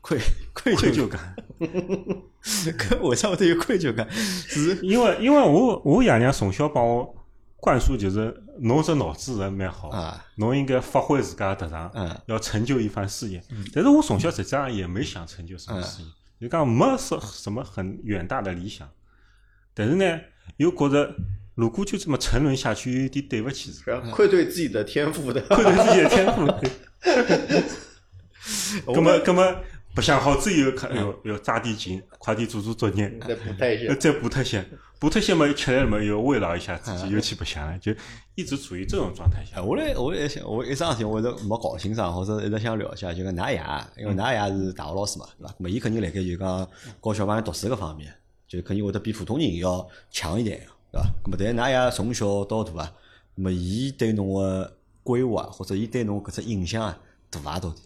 愧疚感。 搿为啥会得有愧疚感？是因为我爷娘从小帮我灌输，就是侬这脑子人蛮好，侬应该发挥自家特长，要成就一番事业。但是我从小实际上也没想成就什么事业，就讲没什么很远大的理想。但是呢，又觉着如果就这么沉沦下去，有点对不起自己， 愧对自己的天赋的， 愧对自己的天赋。那么不想好之后，要抓点紧，快点做作业， 再补脱一些， 再补脱些，补脱些嘛，吃来了嘛，又慰劳一下自己，又去白相了，就一直处于这种状态下。 我来想，我一桩事体我一直没搞清爽，或者一直想了解，就讲㑚爷，因为㑚爷是大学老师嘛，对伐？咁伊肯定辣盖就讲教小朋友读书搿方面，就肯定会得比普通人要强一点，对伐？咁么但㑚爷从小到大啊，咁么伊对侬个规划或者伊对侬搿只影响啊，大伐到底？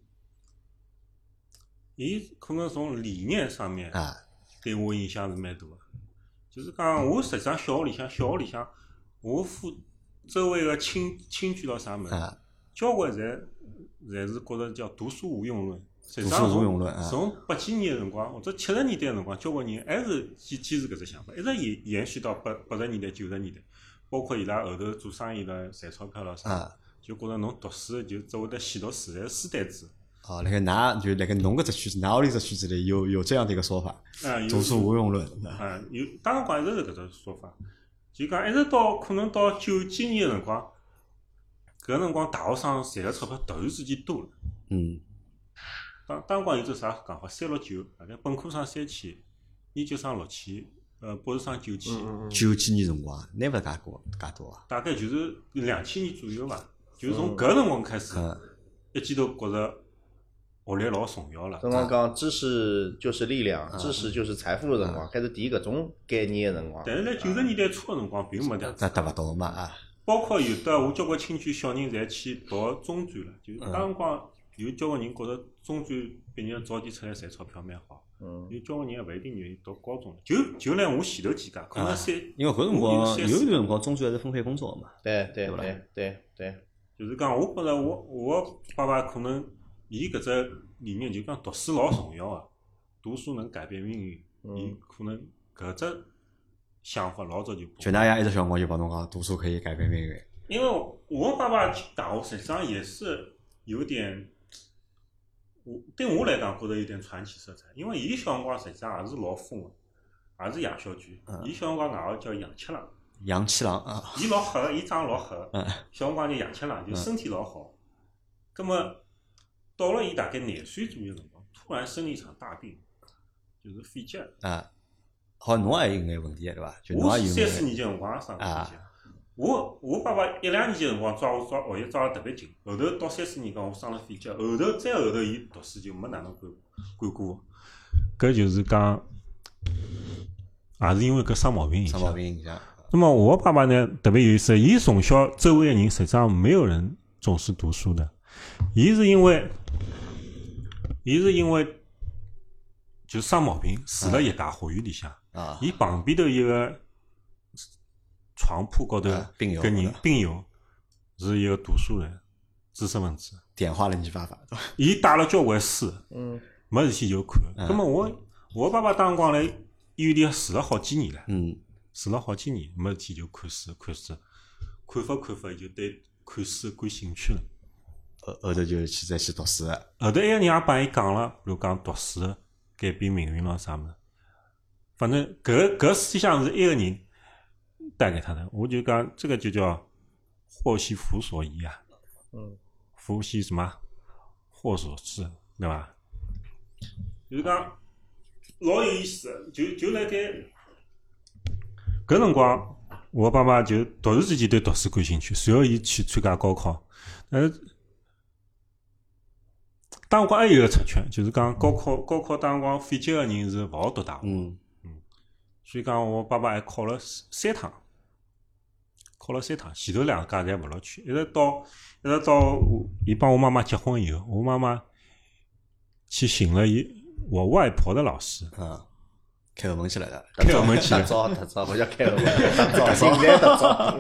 伊可能从理念上面对我影响是蛮大的，就是讲我实际上小学里向，我周围个亲戚咯啥物事，交关侪是觉着叫读书无用论。实际上从80几年个辰光或者70年代个辰光，交关人还是坚持搿只想法，一直延续到80年代、90年代，包括伊拉后头做生意了赚钞票咯啥，就觉着侬读书就只会得洗读书，侪是书呆子。 辣盖侬搿只圈子，㑚屋里只圈子里有这样的一个说法，读书无用论。 有当光一直是搿种说法，就讲一直到可能到90几年个辰光，搿辰光大学生赚个钞票突然之间多了。当光有只啥讲法，369，大概本科生3000，研究生6000，博士生9000。 90几年辰光，拿勿介多啊？ 大概就是2000年左右吧，就是从搿辰光开始，一记头觉着。学历老重要了。 辰光讲知识就是力量，知识就是财富的辰光，开始提搿种概念的辰光。 但是在90年代初的辰光，并没这样子。 达勿到嘛啊！ 包括有的我交关亲戚小人侪去读中专了，就当辰光有交关人觉着中专毕业早点出来赚钞票蛮好。有交关人也勿一定愿意读高中，就连我前头几家，可能因为搿辰光有一段辰光中专还是分配工作嘛。 对， 就是讲，我觉着我爸爸可能。伊搿只理念就讲读书老重要个，读书能改变命运。伊可能搿只想法老早就。 就㑚爷一直小辰光就帮侬讲，读书可以改变命运。 因为我爸爸大学实际上也是有点，对我来讲觉得有点传奇色彩。因为伊小辰光实际上也是老疯个，也是夜小犬。伊小辰光外号叫洋七郎。 洋七郎啊！ 伊老黑个，伊长老黑个。小辰光就洋七郎，就身体老好。葛末。到了伊大概9岁左右辰光，突然生了一场大病，就是肺结。 好，侬也有眼问题对伐？ 我是34年级辰光生肺结。我爸爸1、2年级辰光抓学习抓得特别紧，后头到34年讲我生了肺结，后头伊读书就没哪能管过。搿就是讲，也是因为搿生毛病影响。那么我爸爸呢，特别有意思，伊从小周围的人实际上没有人重视读书的。伊是因为就生毛病，住了一家花园里向。伊旁边头一个床铺高头搿人病友是一个读书人，知识分子， 点化了你爸爸。 伊带了交关书，没事体就看。葛末我爸爸当辰光来医院里住了好几年了，住了好几年，没事体就看书，看法，伊就对看书感兴趣了。 后头就再去读书了。 后头一个人也帮伊讲了，比如讲读书改变命运咯啥物事。反正搿思想是一个人带给他的，我就讲这个就叫祸兮福所依啊。福兮什么？祸所至，对伐？就是讲老有意思的，就辣盖搿辰光，我爸爸就突然之间对读书感兴趣，随后伊去参加高考，但是。当辰光还有一个插曲，就是讲高考当辰光肺结个人是勿好读大学。所以讲我爸爸还考了3趟，前头2家侪勿录取，一直到伊帮我妈妈结婚以后，我妈妈去寻了我外婆的老师。 开后门去了的， 开后门去了。 特早，勿叫开后门，特早。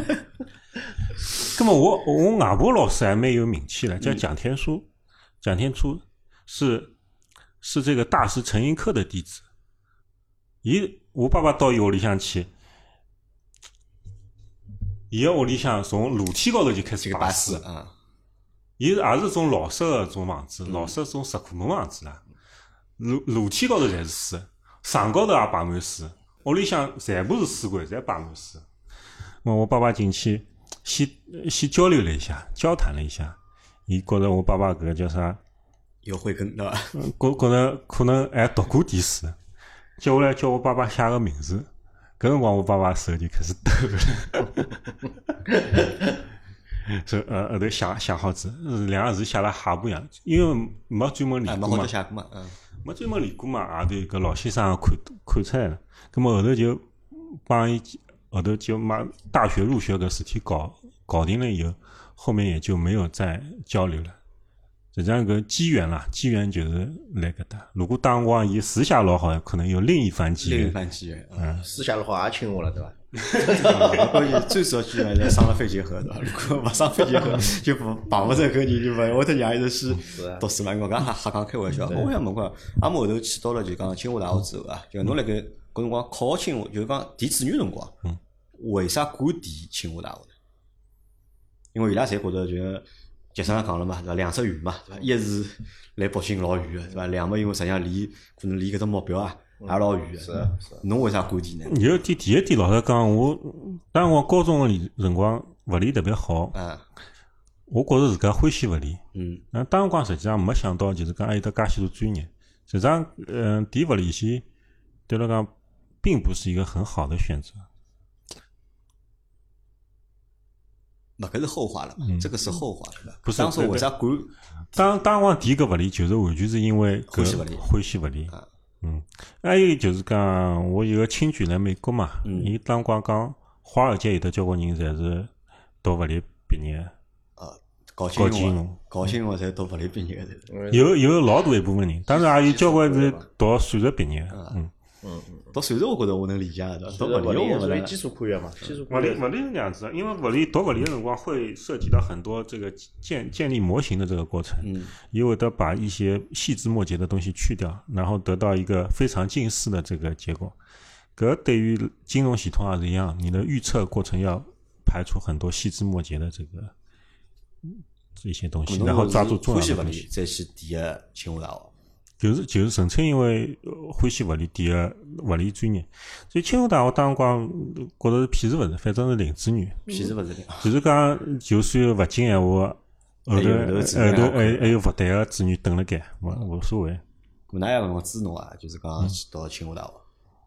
咁么我外婆老师还蛮有名气的，叫蒋天初是是这个大师陈寅恪的弟子。我爸爸到伊屋里向去，伊个屋里向从楼梯高头就开始摆书啊。 伊也是种老式个种房子，老式种石库门房子啦。楼梯高头侪是书，床高头也摆满书，屋里向全部是书柜，侪摆满书。我爸爸进去先交流了一下，交谈了一下，伊觉着我爸爸搿个叫啥？ 有慧根对伐？ 觉着可能还读过点书，接下来叫我爸爸写个名字。搿辰光我爸爸手就开始抖了。这后头写好字，两个字写了哈不一样，因为没专门练过嘛，没专门练过嘛，后头搿老先生看出来了，葛末后头就帮伊后头就把大学入学搿事体搞定了以后，后面也就没有再交流了。实际上搿机缘啦，机缘就是来搿搭。如果当辰光伊私下老好，可能有另一番机缘。 私下老好也亲我了，对伐？ 关键最主要机缘是上了肺结核，对伐？如果勿上肺结核，就碰勿着搿人，就勿会得让伊直去读书嘛。我讲瞎讲开玩笑。我想问看，阿么后头去到了就讲清华大学之后啊，就侬辣盖搿辰光考清华，就是讲填志愿辰光，为啥敢填清华大学呢？因为伊拉侪觉着就。杰生也讲了嘛，对伐？两只远嘛，对伐？一是来北京老远个，对伐？两嘛，因为实际上可能离搿只目标啊也老远个。 是。 侬为啥敢填呢？ 有第一点，老实讲，我当辰光高中个辰光物理特别好。我觉着自家欢喜物理。那当辰光实际上没想到，就是讲还有得介许多专业。实际上，填物理系对来讲并不是一个很好的选择。 搿是后话了，这个是后话了。 不是当初为啥敢？ 当光填搿物理，就是完全是因为欢喜物理。还有就是讲，我有个亲眷辣美国嘛，伊当光讲，华尔街有得交关人侪是读物理毕业。 搞金融侪读物理毕业的。 有老大一部分人，当然也有交关是读数学毕业。 读数学我觉着我能理解的，读物理我属于基础科学嘛， 物理是这样子，因为读物理的辰光会涉及到很多这个建立模型的这个过程，也会得把一些细枝末节的东西去掉，然后得到一个非常近似的这个结果。搿对于金融系统也是一样，你的预测过程要排除很多细枝末节的这些东西，然后抓住重要的东西。 再去填清华大学。 就是纯粹因为欢喜物理填个物理专业，所以清华大学当辰光觉着是屁事勿是，反正是零志愿。 屁事勿是。 就是讲，就算勿进闲话，后头还有复旦个志愿等辣盖，无所谓。 搿哪样讲支持侬啊？就是讲去到清华大学。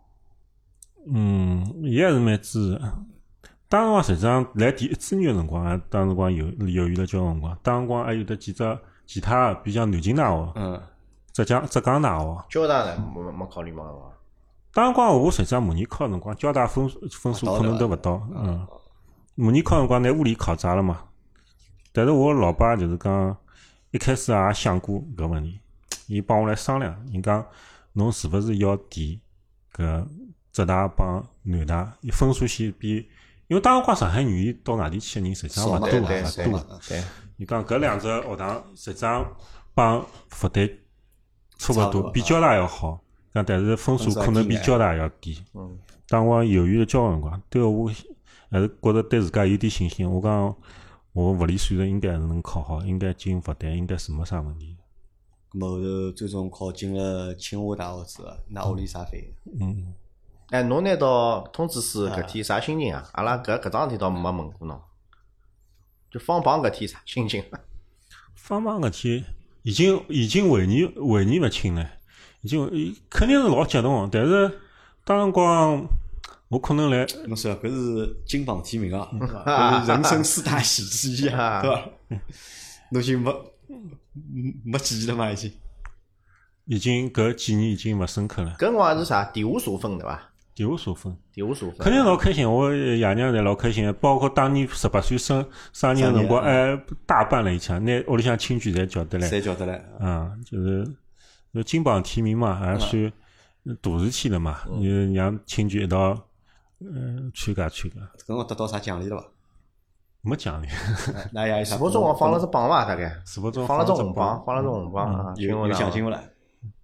伊还是蛮支持。当辰光实际上来填一志愿个辰光，当辰光犹豫了交关辰光。当辰光还有得几只其他，比如像南京大学。浙江大学， 交大呢没考虑嘛？ 当辰光我实际上模拟考辰光，交大分数可能都勿到。模拟考辰光拿物理考砸了嘛。但是我老爸就是讲，一开始也想过搿问题，伊帮我来商量，伊讲侬是勿是要填搿浙大帮南大，分数线比，因为当辰光上海愿意到外地去个人实际上勿多。伊讲搿两只学堂实际上帮复旦差勿多，比交大要好，但是分数可能比交大要低。当我犹豫了交关辰光，对我还是觉着对自家有点信心。我讲我物理数学应该是能考好，应该进复旦，应该是没啥问题。 咁后头最终考进了清华大学之后，那屋里啥反应？ 侬拿到通知书搿天啥心情啊？阿拉搿桩事体倒没问过侬，就放榜搿天啥心情？ 放榜搿天。已经回忆勿清了，肯定是老激动，但是当辰光我可能来， 侬说搿是金榜题名啊，搿是人生4大喜之一啊，对伐？侬已经没记忆了嘛？ 已经搿几年已经勿深刻了。 搿辰光是啥？第五数分对伐？ 第五数分， 肯定老开心。我爷娘侪老开心，包括当年18岁生日辰光，还大办了一场，拿屋里向亲眷侪叫得来。就是金榜题名嘛，也算大事体了嘛，让亲眷一道参加。搿我得到啥奖励了伐？ 没奖励。 那也是否中学放了只榜伐？大概。 是否中放了只红榜啊？ 有奖金勿啦？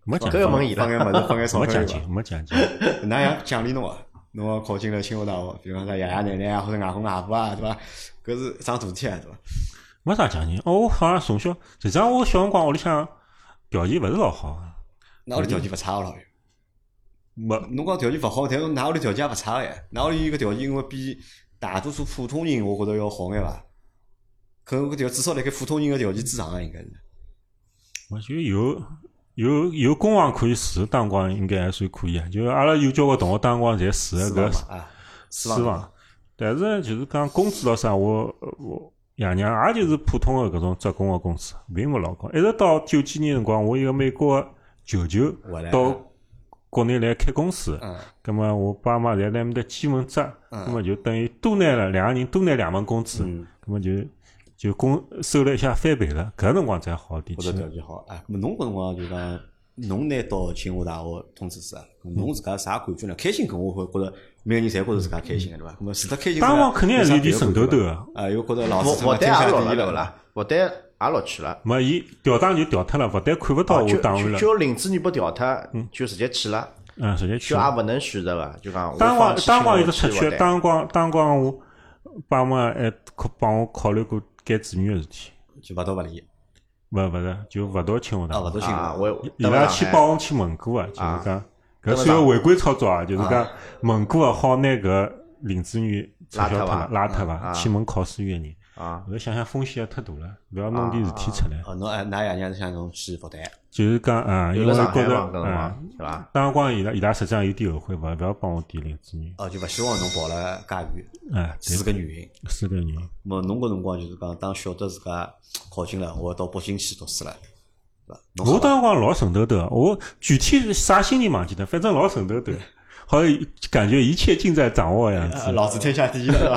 搿个问伊拉， 放眼物事，放眼钞票没奖金，没奖金。 哪样奖励侬啊？侬要考进了清华大学，比方说爷爷奶奶啊，或者外公外婆啊，对伐？搿是桩大事体啊，对伐？ 没啥奖金。我好像从小，实际上我小辰光屋里向条件勿是老好。 那屋里条件勿差个咯。 没， 侬讲条件勿好，但是㑚屋里条件也勿差个呀。㑚屋里个条件因为比大多数普通人，我觉着要好眼伐？可能搿至少辣盖普通人个条件之上个应该是。 我就有工行可以住，打辰光应该还算可以啊。就阿拉有交关同学打辰光侪住个搿私房，但是就是讲工资咾啥，我爷娘也就是普通的搿种职工个工资，并勿老高。一直到90年辰光，我一个美国个舅舅到国内来开公司，葛末我爸妈侪来面搭兼门职，葛末就等于多拿了两个人多拿2份工资，葛末就收了一下翻倍了，搿辰光才好点。 或者条件好，哎，咁侬搿辰光就讲，侬拿到清华大学通知书啊，侬自家啥感觉呢？开心，搿我会觉着每个人侪觉着自家开心个对伐？咁么除了开心， 当光肯定还是有点沉头头个。 啊，又觉着老师复旦也落了了对啦，复旦也落去了。 没，伊调档就调脱了，复旦看勿到我档案了。 就林志女被调脱，就直接去了。 直接去就也勿能选择个，就讲当光一直出去， 当光我爸妈还帮我考虑过改子女个事体， 就勿到勿离， 勿是就勿到清华大学， 勿到清华， 伊拉去帮我去问过个，就是讲搿算个违规操作啊，就是讲问过个好拿搿林子女拉脱伐，去问考试院人。我想想风险也太大了，勿要弄点事体出来。 侬㑚爷娘是想侬去复旦， 就是讲因为觉着是伐？ 当光伊拉实际上有点后悔，勿要帮我点林子女。 就勿希望侬跑了介远，是个原因。 是个原因。 么侬搿辰光就是讲，当晓得自家考进了，我要到北京去读书了，对伐？ 我当时光老神头头，我具体啥心情忘记了，反正老神头头。好像感觉一切尽在掌握样子， 老子天下第一了，是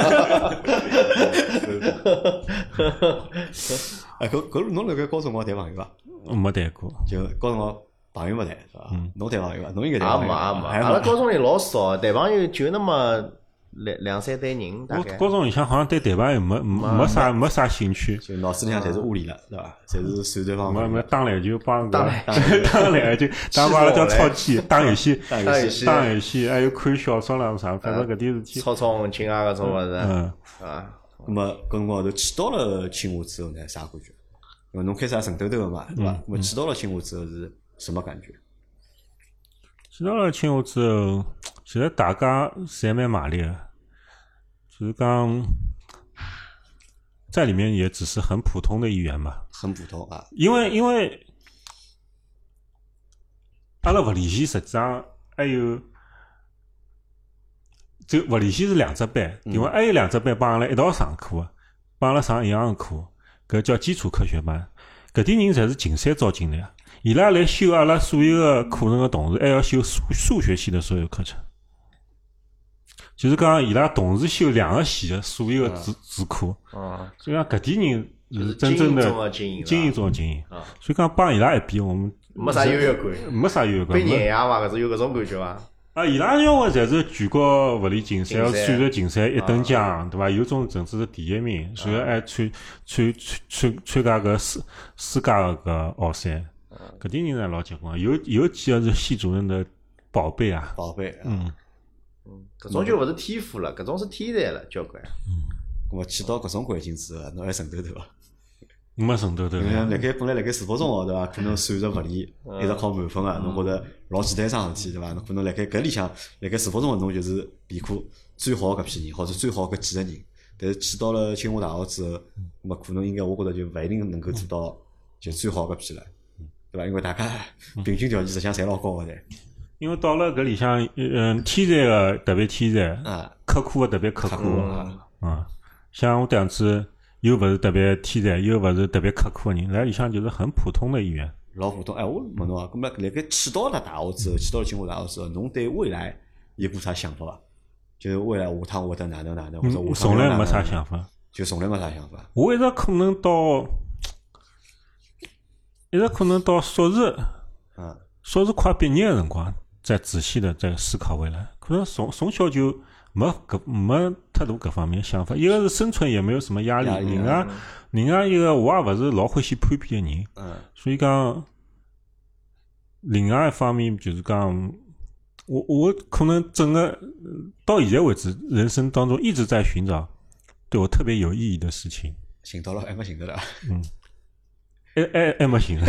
吧？搿侬辣盖高中光谈朋友伐？ 没谈过， 就高中光朋友没谈是伐？侬谈朋友伐？侬应该谈朋友。 也没，阿拉高中里老少谈朋友，就那么两三对人。 我高中里向好像对谈朋友没啥兴趣， 就脑子里向侪是物理了，对伐？侪是算对方。 没打篮球帮打篮球，打阿拉叫超级打游戏，还有看小说啦啥，反正搿点事体。 操文青啊，搿种物事。 那么搿辰光头去到了清华之后呢，啥感觉？侬开始也神抖抖个嘛，对伐？那么去到了清华之后是什么感觉？ 去到了清华之后，其实大家侪蛮卖力个，就是讲在里面也只是很普通的一员吧。 很普通啊。 因为阿拉物理系实际上还有，就物理系是2只班，另外还有2只班帮阿拉一道上课个，帮阿拉上一样的课，搿叫基础科学班。搿点人侪是竞赛招进来个。伊拉来修阿拉所有的课程的同时，还要修数学系的所有课程。就是讲伊拉同时修2个系的所有的主课。所以讲搿点人是真正的精英中的精英。所以讲帮伊拉一比，我们没啥优越感， 没啥优越感。 被碾压伐？搿是有搿种感觉伐？ 伊拉要个侪是全国物理竞赛、数学竞赛1等奖，对伐？有种甚至是第1名，然后还参加搿世界个搿奥赛。搿点人呢老结棍，有几个是系主任的宝贝啊！ 宝贝， 搿种就勿是天赋了，搿种是天才了，交关。 咾么去到搿种环境之后，侬还神头头伐？ 没神头头。 本来辣盖四附中学对伐？可能数学、物理一直考满分个，侬觉着老简单桩事体对伐？侬可能辣盖搿里向辣盖四附中学侬就是理科最好搿批人，或者最好搿几个人。但是去到了清华大学之后，咾么可能应该我觉着就勿一定能够做到就最好搿批了。对伐？因为大家平均条件实际上侪老高个噻。 因为到了搿里向，天才个特别天才，刻苦个特别刻苦个，像我这样子又勿是特别天才，又勿是特别刻苦个人，来里向就是很普通的一员。 老普通。我问侬啊，搿么辣盖去到了大学之后，去到了清华大学之后，侬对未来有过啥想法伐？就是未来下趟会得哪能，或者从来没啥想法， 就从来没啥想法。 我一直可能到硕士快毕业的辰光，再仔细的再思考未来。可能从小就没太多搿方面想法。一个是生存也没有什么压力，另外一个我也勿是老欢喜攀比的人，所以讲另外一方面就是讲，我可能整个到现在为止，人生当中一直在寻找对我特别有意义的事情。 寻到了，还没寻到了。 还没寻。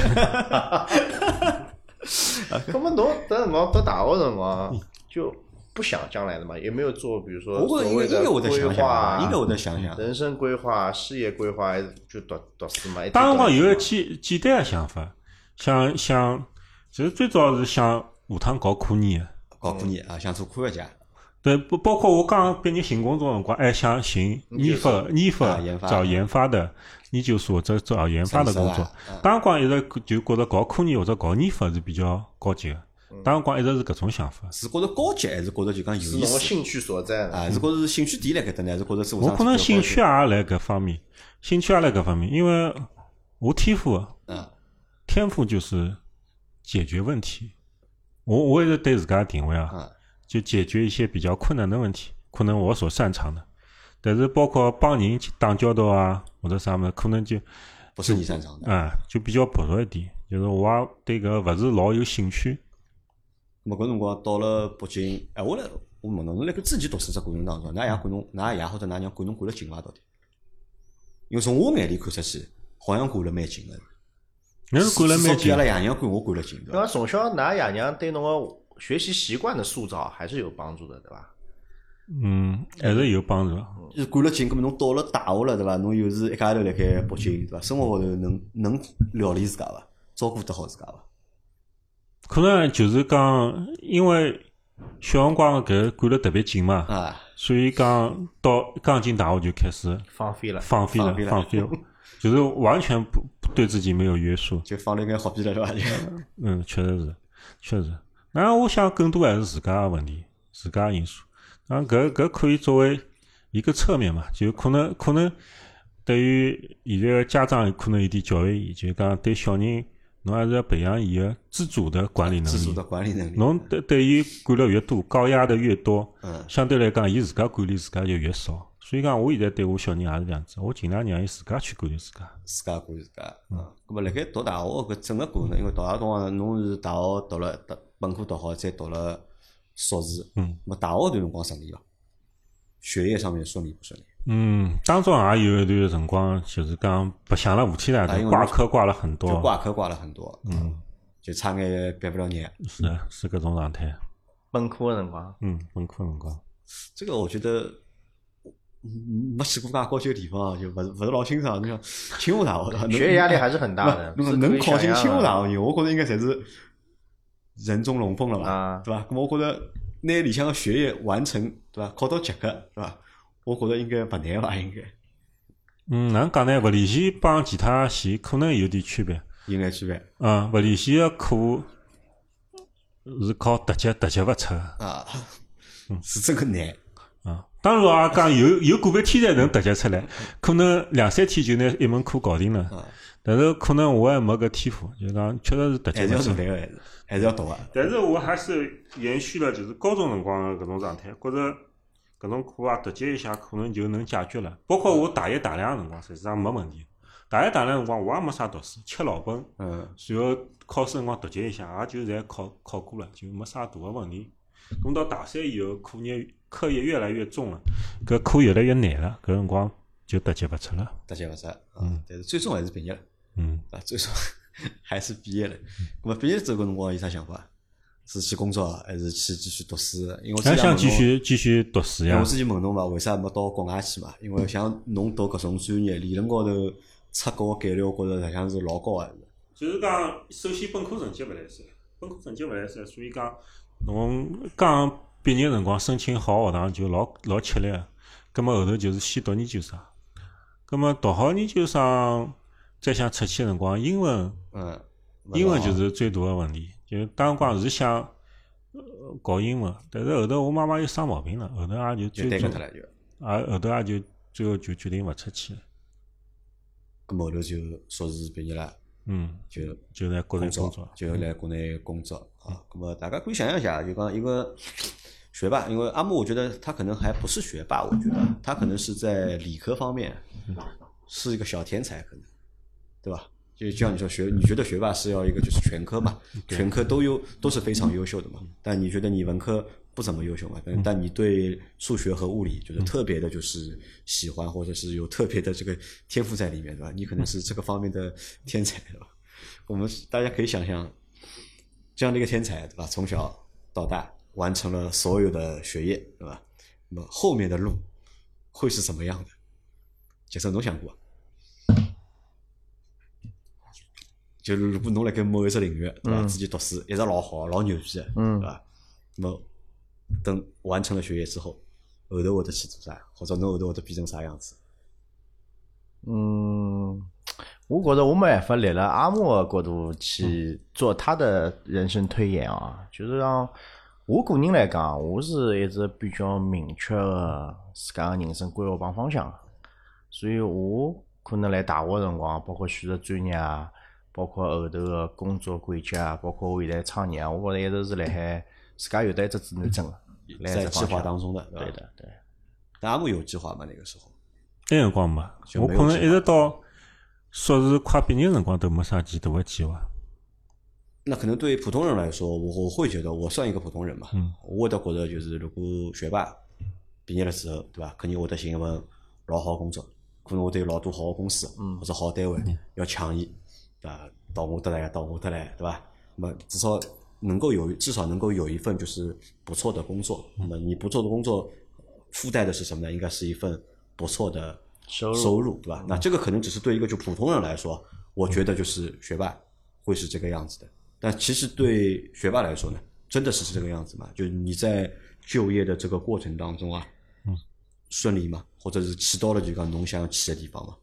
那么侬等辰光读大学辰光就不想将来的嘛？也没有做，比如说所谓的规划， 应该我在想想， 人生规划、事业规划，就读书嘛。 当辰光有个简单的想法，想，其实最主要是想下趟搞科研， 啊，想做科学家。 对，包括我刚毕业寻工作的辰光，还想寻研发找研发的研究所，找研发的工作。当辰光一直就觉得搞科研或者搞研发是比较高级的。当辰光一直是搿种想法。 是觉得高级，还是觉得就讲有意思？是侬兴趣所在啊？是觉得是兴趣点辣搿搭呢，还是觉得是？ 我可能兴趣也辣搿方面，因为我天赋就是解决问题。我一直对自家定位就解决一些比较困难的问题，可能我所擅长的。但是包括帮人打交道或者啥么，可能就不是你擅长的就比较薄弱一点。就是我也对搿勿是老有兴趣。 搿辰光到了北京，我问侬，辣盖自己读书这过程当中，㑚爷或者㑚娘管侬管了紧伐？到底？因为从我眼里看出去，好像管了蛮紧的。 那是管了蛮紧。 比阿拉爷娘管我管了紧，对伐？从小㑚爷娘对侬个学习习惯的塑造还是有帮助的，对伐？ 还是有帮助。 就是管了紧，搿么侬到了大学了，对伐？侬又是一家头辣盖北京，对伐？生活高头能料理自家伐？照顾得好自家伐？ 可能就是讲，因为小辰光搿管了特别紧嘛，所以讲到刚进大学就开始放飞了， 就是完全不对自己没有约束， 就放了眼好屁了，对伐？ 确实。然后我想更多还是自家的问题，自家的因素。然后搿可以作为一个侧面嘛，就可能对于现在的家长可能有点教育意义，就讲对小人。侬还是要培养伊个自主的管理能力。侬对伊管了越多，高压的越多，相对来讲，伊自家管理自家就越少。所以讲，我现在对我小人也是这样子，我尽量让伊自家去管理自家。 自家管理自家。咁么辣盖读大学搿整个过程，因为大学辰光侬是大学读了本科读好，再读了硕士。么大学段辰光顺利伐？学业上面顺利不顺利？ 当中也有一段辰光，就是讲白相了5天3夜，挂科挂了很多。 就挂科挂了很多。就差眼毕不了业。 是搿种状态。 本科的辰光。 本科辰光。 这个我觉得没去过介高级的地方，就勿是老清爽。你像清华大学， 学业压力还是很大的。 能考进清华大学人，我觉得应该侪是人中龙凤了吧，对吧？咁我觉得拿里向个学业完成，对吧？考到及格，对吧？我觉得应该勿难伐？应该。 哪能讲呢？物理系帮其他系可能有点区别。 有眼区别。 物理系个课是靠突击勿出的。是真个难。 当然也讲有个别天才能突击出来，可能2-3天就拿一门课搞定了。但是可能我还没搿天赋，就讲确实是突击勿出来。 还是要读啊。 但是我还是延续了就是高中辰光的搿种状态，觉着搿种课突击一下可能就能解决了。包括我大一大2辰光，实际上没问题。大一大2辰光我也没啥读书，吃老本。随后考试辰光突击一下，也就侪考过了，就没啥大的问题。咁到大3以后，课业越来越重了，搿课越来越难了，搿辰光就突击勿出了。 但是最终还是毕业了。最终还是毕业了。咁么毕业这个辰光有啥想法？是去工作还是去继续读书？因为我想继续读书呀。 我之前问侬嘛，为啥没到国外去嘛？因为像侬读搿种专业，理论高头出国概率，我觉着实际上是老高个。 就是讲，首先本科成绩勿来三，所以讲侬刚毕业辰光申请好学堂就老吃力个。葛末后头就是先读研究生，葛末读好研究生，再想出去个辰光，英文就是最大个问题。就当辰光是想搞英文，但是后头我妈妈又生毛病了，后头也就最终后头也就最后就决定勿出去了。 咁后头就硕士毕业了， 就在国内工作， 就来国内工作啊。咁么大家可以想象一下，就讲一个学霸，因为阿木我觉得他可能还不是学霸，我觉得他可能是在理科方面是一个小天才，可能对吧？ 就像你说你觉得学霸是要一个就是全科嘛，全科都是非常优秀的嘛，但你觉得你文科不怎么优秀嘛，但你对数学和物理就是特别的就是喜欢，或者是有特别的这个天赋在里面，对吧？你可能是这个方面的天才，对吧？我们大家可以想象这样的一个天才，对吧？从小到大完成了所有的学业，对吧？那么后面的路会是什么样的？杰森，侬想过？就如果侬辣盖某一只领域，对吧？自己读书一直老好、老牛逼的，对吧？那么等完成了学业之后，后头会得去做啥？或者侬后头会得变成啥样子？ 我觉着我没办法立了阿木的角度去做他的人生推演啊，就是讲我个人来讲，我是一直比较明确的自家的人生规划帮方向，所以我可能来大学辰光，包括选择专业啊，包括后头的工作轨迹啊，包括我现在创业啊，我觉着一直是辣海自家有得一只指南针的， 在计划当中的， 对的，对。 但阿木有计划吗？那个时候？ 那辰光没，我可能一直到硕士快毕业辰光都没啥大的计划。 那可能对于普通人来说，我会觉得我算一个普通人嘛，我会得觉得就是如果学霸毕业了之后，对吧？肯定会得寻一份老好工作，可能会得有老多好公司或者好单位要抢伊，对吧？到我得来，对吧？那么至少能够有一份就是不错的工作。那么你不错的工作附带的是什么呢？应该是一份不错的收入，对吧？那这个可能只是对一个就普通人来说，我觉得就是学霸会是这个样子的。但其实对学霸来说呢，真的是这个样子吗？就你在就业的这个过程当中啊，顺利吗？或者是去到了就讲侬想去的地方吗？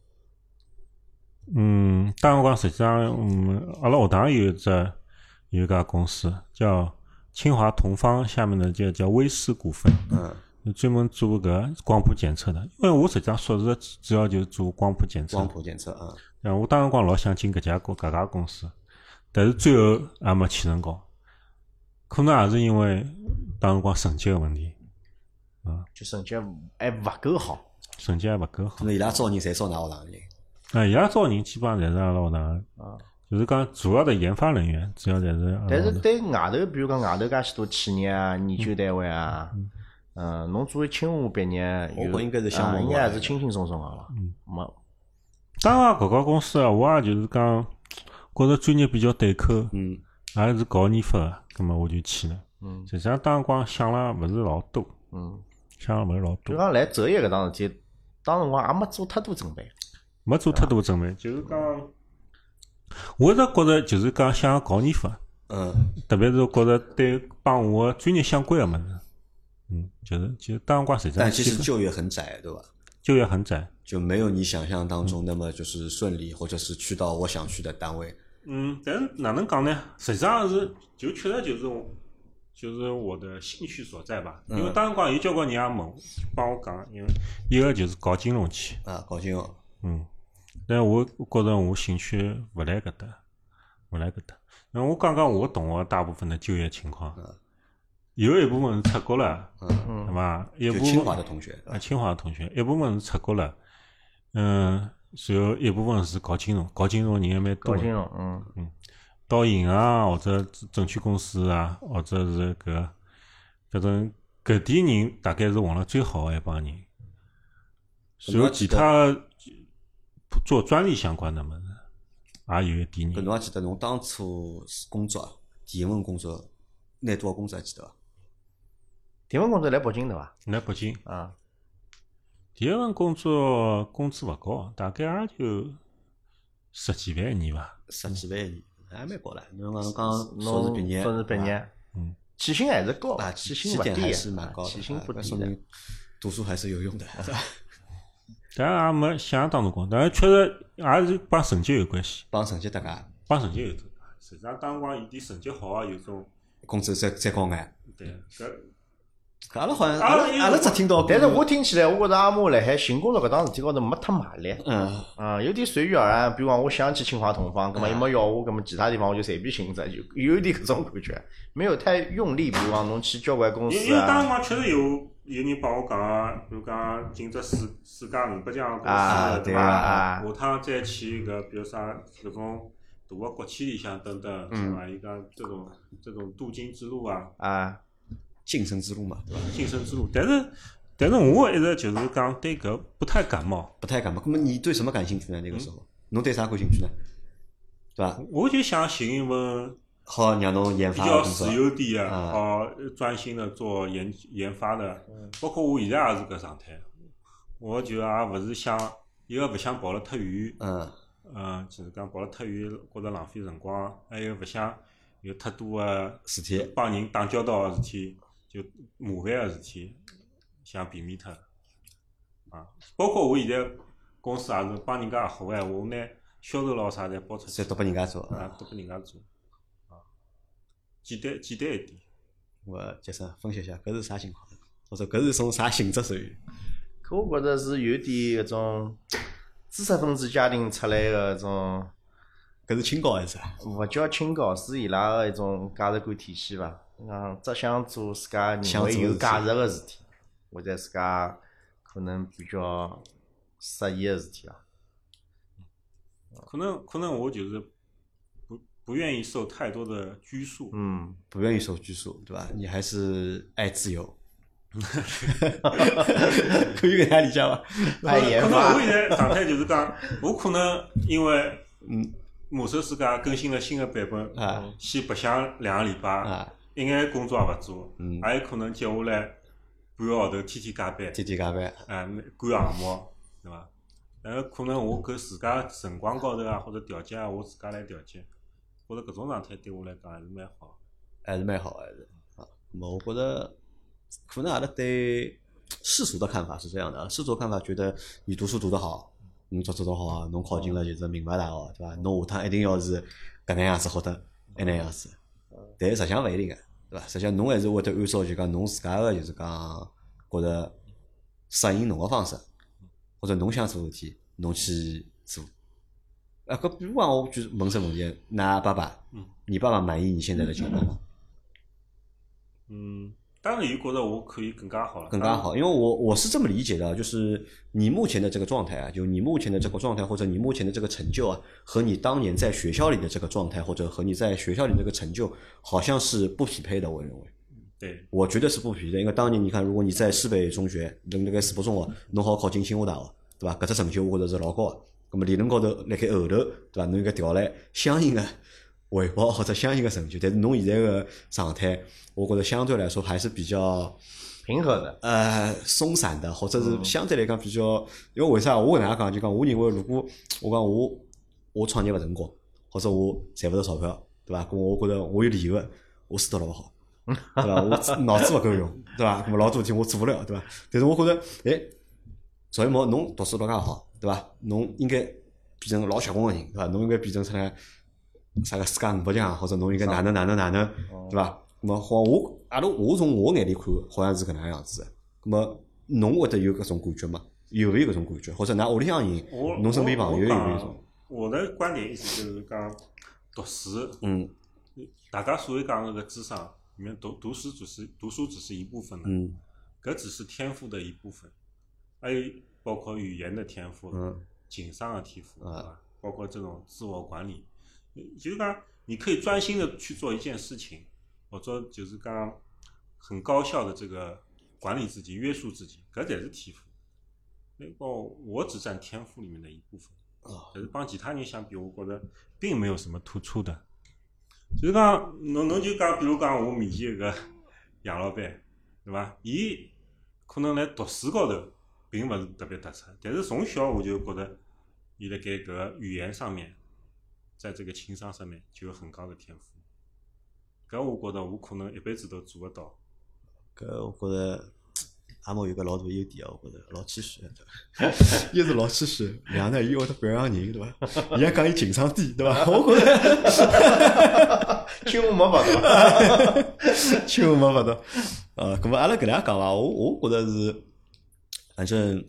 当辰光实际上，阿拉学堂有一家公司叫清华同方下面的叫威视股份，专门做搿光谱检测的。因为我实际上硕士主要就是做光谱检测。 光谱检测啊。 我当辰光老想进搿家公司，但是最后也没去成功。可能也是因为当辰光成绩的问题。 就成绩还勿够好。 成绩还勿够好。 可能伊拉招人侪招㑚学堂人。 伊拉招人基本上侪是阿拉学堂。就是讲主要的研发人员，主要侪是。 但是对外头，比如讲外头介许多企业啊、研究单位啊，侬作为清华毕业， 我觉应该是相同， 应该还是轻轻松松个了。没。 当然，搿个公司啊，我也就是讲，觉着专业比较对口，也是搞研发个，葛末我就去了。实际上当辰光想了勿是老多，想了勿是老多。 就讲来择业搿桩事体，当辰光也没做太多准备。 没做太多准备，就是讲，我一直觉着就是讲想搞研发，特别是觉着对帮我专业相关的物事，就是当辰光实际上。 但其实就业很窄，对吧？ 就业很窄， 就没有你想象当中那么就是顺利，或者是去到我想去的单位。 但是哪能讲呢？实际上是就确实就是我的兴趣所在吧。因为当辰光有交关人也问帮我讲，因为一个就是搞金融去搞金融。 但我觉着我兴趣勿来搿搭。那我讲讲我同学大部分的就业情况，有一部分是出国了，对伐？一部分清华的同学， 清华的同学，一部分是出国了，随后一部分是搞金融人还蛮多。 搞金融， 到银行或者证券公司啊，或者是反正搿点人大概是混了最好的一帮人。随后其他做专利相关的物事，也有一点人。 侬还记得侬当初工作第一份工作拿多少工资还记得伐？ 第一份工作来北京对伐？ 来北京第一份工作工资勿高，大概也就10几万一年伐 ？10几万一年，还蛮高了。侬讲硕士毕业， 起薪还是高， 起点还是蛮高的， 起薪不低说明读书还是有用的，是吧？ 但也没想象当中高，但是确实也是帮成绩有关系。 帮成绩搭界。 帮成绩有搭界。实际上当辰光有点成绩好啊，有种工资再高眼。 对， 阿拉好像阿拉只听到， 但是我听起来，我觉着阿木辣海寻工作搿桩事体高头没太卖力。有点随遇而安。比如讲，我想去清华同方，葛末伊没要我，葛末其他地方我就随便寻只，就有点搿种感觉，没有太用力。比如讲，侬去交关公司因为当辰光确实有人帮我讲，比如讲进只世界500强公司， 对伐？ 啊， 下趟再去搿比如啥搿种大个国企里向等等，是伐？伊讲这种镀金之路啊， 晋升之路嘛，对伐？ 晋升之路，但是我一直就是讲对搿不太感冒。 不太感冒。那么你对什么感兴趣呢？那个时候，侬对啥感兴趣呢？对伐？ 我就想寻一份好让侬研比较发的工作自由点的，好专心的做研发的。包括我现在也是搿状态，我就也勿是想一个勿想跑了太远，就是讲跑了太远，觉着浪费辰光，还有勿想有太多的事体帮人打交道的事体，就麻烦的事体，想避免脱。包括我现在公司也是帮人家合作闲话，我拿销售咯啥侪包出去， 再都拨人家做都拨人家做，简单一点。 我杰森分析一下，搿是啥情况？或者搿是种啥性质属于？ 可我觉着是有点搿种知识分子家庭出来的搿种， 搿是清高还是啥？ 勿叫清高，是伊拉个一种价值观体系伐？只想做自家认为有价值个事体，或者自家可能比较适意个事体伐？ 可能我就是不愿意受太多的拘束。 不愿意受拘束，对吧？你还是爱自由。可以搿能理解伐？ 爱研发。 可能我现在状态就是讲，我可能因为魔兽世界更新了新的版本，先白相2个礼拜，一眼工作也勿做，也有可能接下来半个号头天天加班，赶项目，对伐？可能我搿自家辰光高头或者调节我自家来调节，觉着搿种状态对我来讲还是蛮好， 还是蛮好，还是我觉着可能阿拉对世俗的看法是这样的，世俗看法觉得你读书读得好，侬做得好，侬考进了就是名牌大学，对伐？侬下趟一定要是搿能样子或者那能样子，但实际上勿一定个，对伐？实际上侬还是会得按照就讲侬自家个就是讲觉着适应侬个方式。或者侬想做事体，侬去做。搿比如讲，我就问只问题，㑚爸爸，你爸爸满意你现在的情况吗？ 当然，觉得我可以更加好了。 更加好，因为我是这么理解的，就是你目前的这个状态啊，就你目前的这个状态，或者你目前的这个成就啊，和你当年在学校里的这个状态，或者和你在学校里这个成就，好像是不匹配的。我认为。 对， 我觉得是不匹配的，因为当年你看，如果你在市北中学，那个世博中学，侬好考进清华大学，对吧？搿只成就我觉着是老高的。那么理论高头辣盖后头，对吧？侬应该调来相应的回报或者相应的成就，但是侬现在个状态，我觉着相对来说还是比较平和的， 松散的，或者是相对来讲比较，因为为啥？我跟大家讲，就讲我认为，如果我讲我创业勿成功，或者我赚勿着钞票，对吧？我觉着我有理由的，我输得老好。对吧？我脑子勿够用，对吧？咁老多事体我做不了，对吧？但是我觉着，赵一毛侬读书老介好，对吧？侬应该变成老结棍个人，对吧？侬应该变成出来啥个世界500强，或者侬应该哪能，对吧？咁么好，我从我眼里看，好像是搿能样子。咁么侬会得有搿种感觉吗？有没有搿种感觉？或者㑚屋里向人，侬身边朋友有没有搿种？ 我的观点意思就是讲，读书，大家所谓讲那个智商。里面读书只是一部分了，搿只是天赋的一部分，还有包括语言的天赋，经商的天赋，包括这种自我管理，就是讲你可以专心的去做一件事情，或者就是讲很高效的这个管理自己、约束自己，搿才是天赋。那个我只占天赋里面的一部分，但是帮其他人相比，我觉得并没有什么突出的。就是讲，侬就讲，比如讲我面前一个杨老板，对伐？伊可能辣读书高头并勿是特别突出，但是从小我就觉得伊辣盖搿个语言上面，在这个情商上面就有很高的天赋。搿我觉得我可能一辈子都做得到。 搿我觉着阿毛有个老大优点，我觉着老谦虚，对伐？一是老谦虚，两呢伊会得表扬人，对伐？伊还讲伊情商低，对伐？我觉着轻我没法度， 轻我没法度。咁么阿拉搿能样讲伐？我觉着是，反正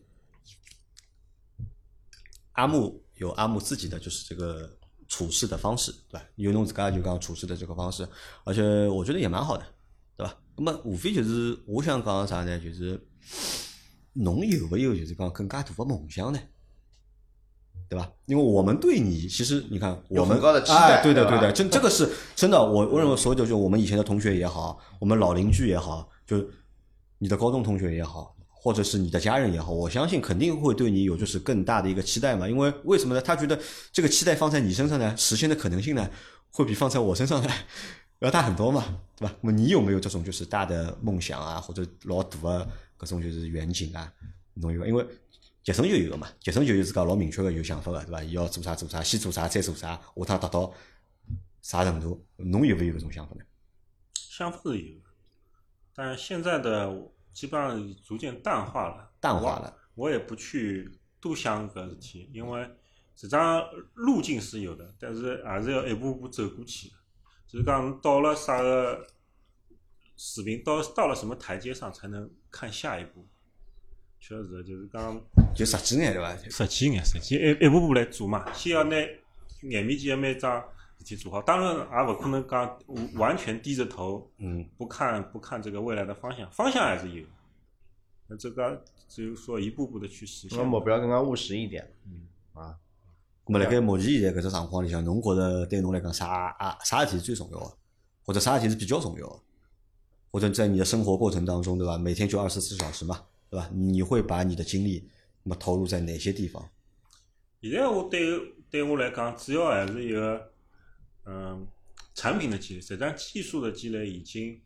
阿木有阿木自己的就是这个处事的方式，对吧？有侬自家就讲处事的这个方式，而且我觉得也蛮好的， 对伐？那么无非就是我想讲啥呢？就是侬有没有就是讲更加大的梦想呢？对吧？因为我们对你，其实你看，我们有很高的期待对的， 对吧对的，这个是真的。我认为所有的，就我们以前的同学也好，我们老邻居也好，就你的高中同学也好，或者是你的家人也好，我相信肯定会对你有就是更大的一个期待嘛。因为为什么呢？他觉得这个期待放在你身上呢，实现的可能性呢，会比放在我身上呢要大很多嘛，对吧？那么你有没有这种就是大的梦想啊，或者老大的各种就是远景啊？侬有？因为杰森就有个嘛，杰森就有自家老明确个有想法个，对伐？伊要做啥做啥，先做啥再做啥，下趟达到啥程度？侬有没有搿种想法呢？ 想法是有，但是现在的基本上逐渐淡化了。 淡化了。 我也不去多想搿事体，因为这张路径是有的，但是还是要一步步走过去的。就是讲到了啥个水平，到了什么台阶上才能看下一步。确实就是讲就实际眼对伐？ 实际一步步来做嘛，先要拿眼面前的每桩事体做好。当然也勿可能讲完全低着头，不看这个未来的方向还是有。那这个只有说一步步的去实现。 目标更加务实一点。啊。 那么辣盖目前现在搿只状况里向，侬觉得对侬来讲啥事体是最重要的，或者啥事体是比较重要的，或者在你的生活过程当中，对吧？每天就24小时嘛。对吧？你会把你的精力那么投入在哪些地方？ 现在对我来讲，主要还是一个产品的积累，实际上技术的积累已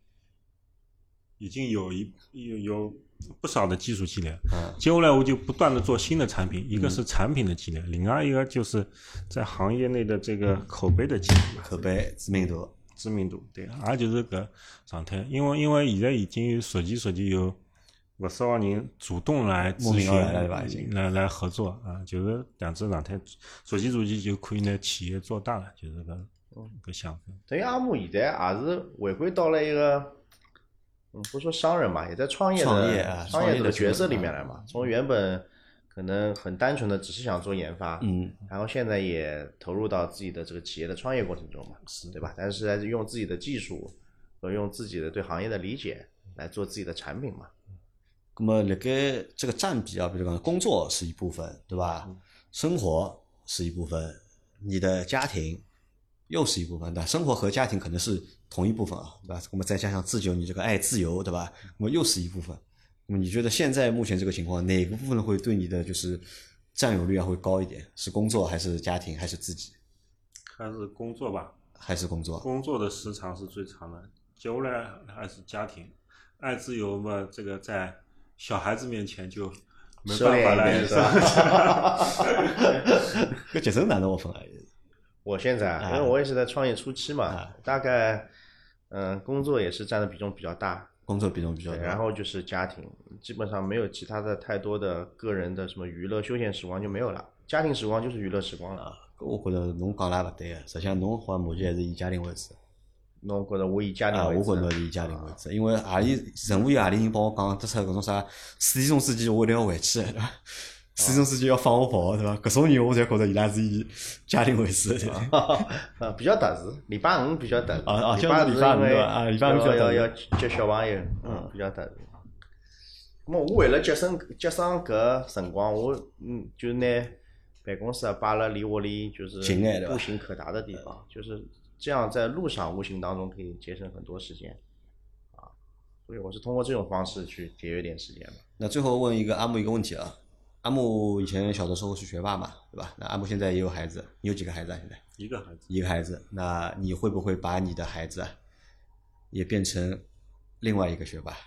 经有不少的技术积累了。接下来我就不断的做新的产品，一个是产品的积累，另外一个就是在行业内的这个口碑的积累。 口碑知名度， 对，也就是搿状态。因为现在已经有逐渐有不少人主动来咨询来合作啊，就是这样子状态，逐渐就可以拿企业做大了，就是个想法。 等于阿木现在也是回归到了一个不说商人嘛，也在创业这个角色里面来嘛。从原本可能很单纯的只是想做研发，然后现在也投入到自己的这个企业的创业过程中嘛，对吧？但是还是用自己的技术和用自己的对行业的理解来做自己的产品嘛。 那么辣盖这个占比啊，比如讲工作是一部分，对吧？生活是一部分，你的家庭又是一部分，对吧？生活和家庭可能是同一部分啊，对吧？我们再加上自由，你这个爱自由，对吧？那么又是一部分。那么你觉得现在目前这个情况，哪个部分会对你的就是占有率会高一点？是工作还是家庭还是自己？ 还是工作吧。 还是工作。 工作的时长是最长的，接下来还是家庭。爱自由嘛，这个在小孩子面前就没办法来，是吧？ 搿节奏哪能我分啊？ 我现在因为我也是在创业初期嘛，大概工作也是占的比重比较大，然后就是家庭，基本上没有其他的太多的个人的什么娱乐休闲时光就没有了，家庭时光就是娱乐时光了。 我觉得侬讲了也勿对个，实际上侬好像目前还是以家庭为主。 侬觉得我以家庭为主？ 我觉得以家庭为主，因为任何有何里人帮我讲得出搿种啥4点钟之前我一定要回去，对伐？4点钟之前要放我跑，对伐？搿种人我才觉得伊拉是以家庭为主的。 比较特殊，礼拜五比较特殊。 礼拜五对伐？礼拜五要接小朋友，比较特殊。咁么我为了节省搿辰光，我就拿办公室摆了离我里就是步行可达的地方，就是这样在路上无形当中可以节省很多时间啊，所以我是通过这种方式去节约点时间的。 那最后问阿木一个问题啊，阿木以前小的时候是学霸嘛，对吧？那阿木现在也有孩子，你有几个孩子啊？现在一个孩子。 一个孩子，那你会不会把你的孩子也变成另外一个学霸？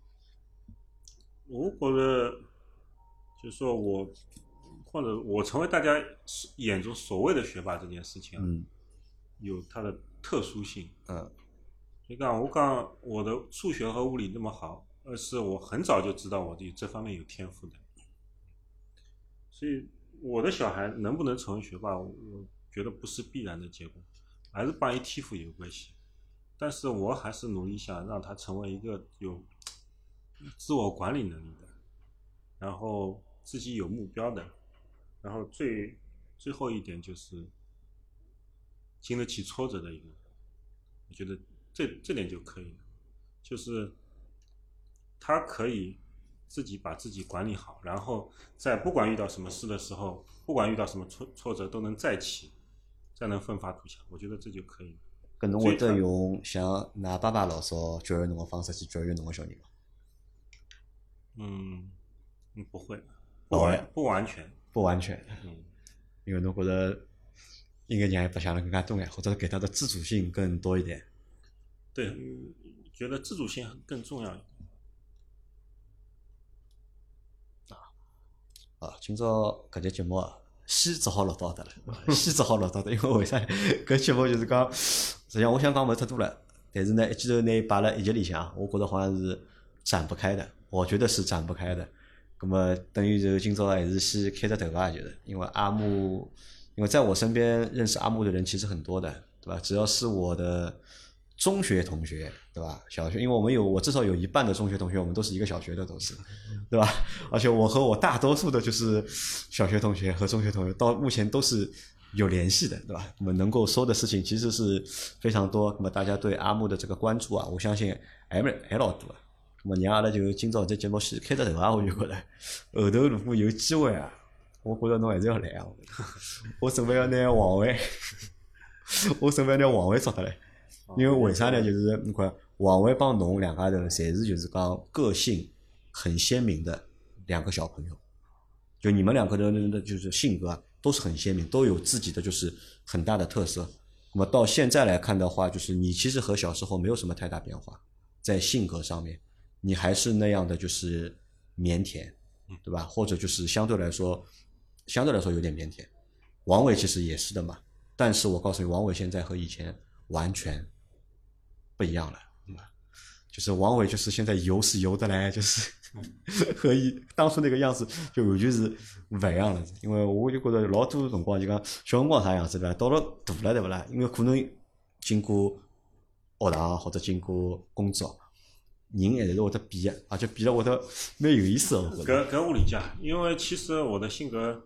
我觉得就是说或者我成为大家眼中所谓的学霸这件事情，有它的特殊性。就讲我的数学和物理那么好，而是我很早就知道我这方面有天赋的。所以我的小孩能不能成为学霸，我觉得不是必然的结果，还是帮伊天赋有关系。但是我还是努力想让他成为一个有自我管理能力的，然后自己有目标的，然后最后一点就是经得起挫折的一个人。我觉得这点就可以了。 就是他可以自己把自己管理好，然后在不管遇到什么事的时候，不管遇到什么挫折都能再起，再能奋发图强，我觉得这就可以了。 搿侬会得用像㑚爸爸老早教育侬个方式去教育侬个小人伐？ 不会， 不完全， 不完全。因为侬觉得应该让伊白相得更加多眼，或者给他的自主性更多一点。 对，觉得自主性更重要一点。 今朝搿节节目戏只好录到得了，戏只好录到得，因为为啥？搿节目就是讲，实际上我想讲物事太多了，但是呢，一记头拿伊摆辣一集里向，我觉得好像是展不开的，我觉得是展不开的。那么等于就今朝还是先开只头吧，就是因为阿木，因为在我身边认识阿木的人其实很多的，对吧？只要是我的中学同学，对吧？小学，因为我至少有一半的中学同学，我们都是一个小学的，都是，对吧？而且我和我大多数的就是小学同学和中学同学，到目前都是有联系的，对吧？那么能够说的事情其实是非常多。那么大家对阿木的这个关注啊，我相信还老多。那么让阿拉就今朝这节目先开得头啊，我就觉得后头如果有机会啊，我觉得侬还是要来啊。我准备要拿王伟，我准备拿王伟找得来。因为为啥呢？就是你看，王伟帮侬两家头，侪是就是讲个性很鲜明的两个小朋友。就你们两个人的就是性格啊，都是很鲜明，都有自己的就是很大的特色。那么到现在来看的话，就是你其实和小时候没有什么太大变化，在性格上面，你还是那样的就是腼腆，对吧？或者就是相对来说有点腼腆。王伟其实也是的嘛，但是我告诉你，王伟现在和以前完全不一样了，就是王伟就是现在游是游得来，就是和当初那个样子就完全是勿一样了。因为我就觉得老多辰光就讲小辰光啥样子对伐？到了大了对勿啦？因为可能经过学堂或者经过工作，人还是会得变的，而且变了会得蛮有意思的。我觉得搿我理解，因为其实我的性格，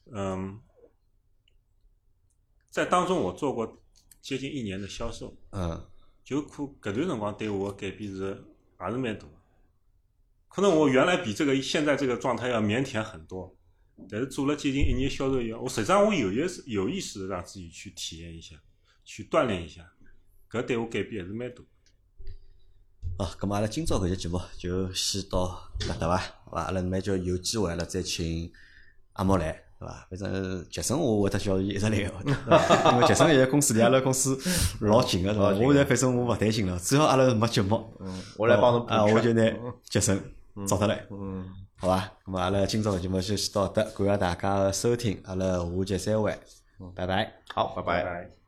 在当中我做过接近1年的销售，就搿段辰光对我的改变也是蛮大的。可能我原来比现在这个状态要腼腆很多，但是做了接近1年销售以后，我实际上我有意识的让自己去体验一下，去锻炼一下，搿对我改变还是蛮大。 咁么阿拉今朝搿节节目就先到搿搭伐？好伐？阿拉蛮叫有机会阿拉再请阿毛来，对伐？反正杰森我会得叫伊一直来个，因为杰森现在公司离阿拉公司老近个，对伐？我现在反正我勿担心了，只要阿拉没节目， 我来帮侬补我就拿杰森找得来，好伐？咁么阿拉今朝搿节目就先到搿，感谢大家的收听，阿拉下节再会，拜拜。 好，拜拜。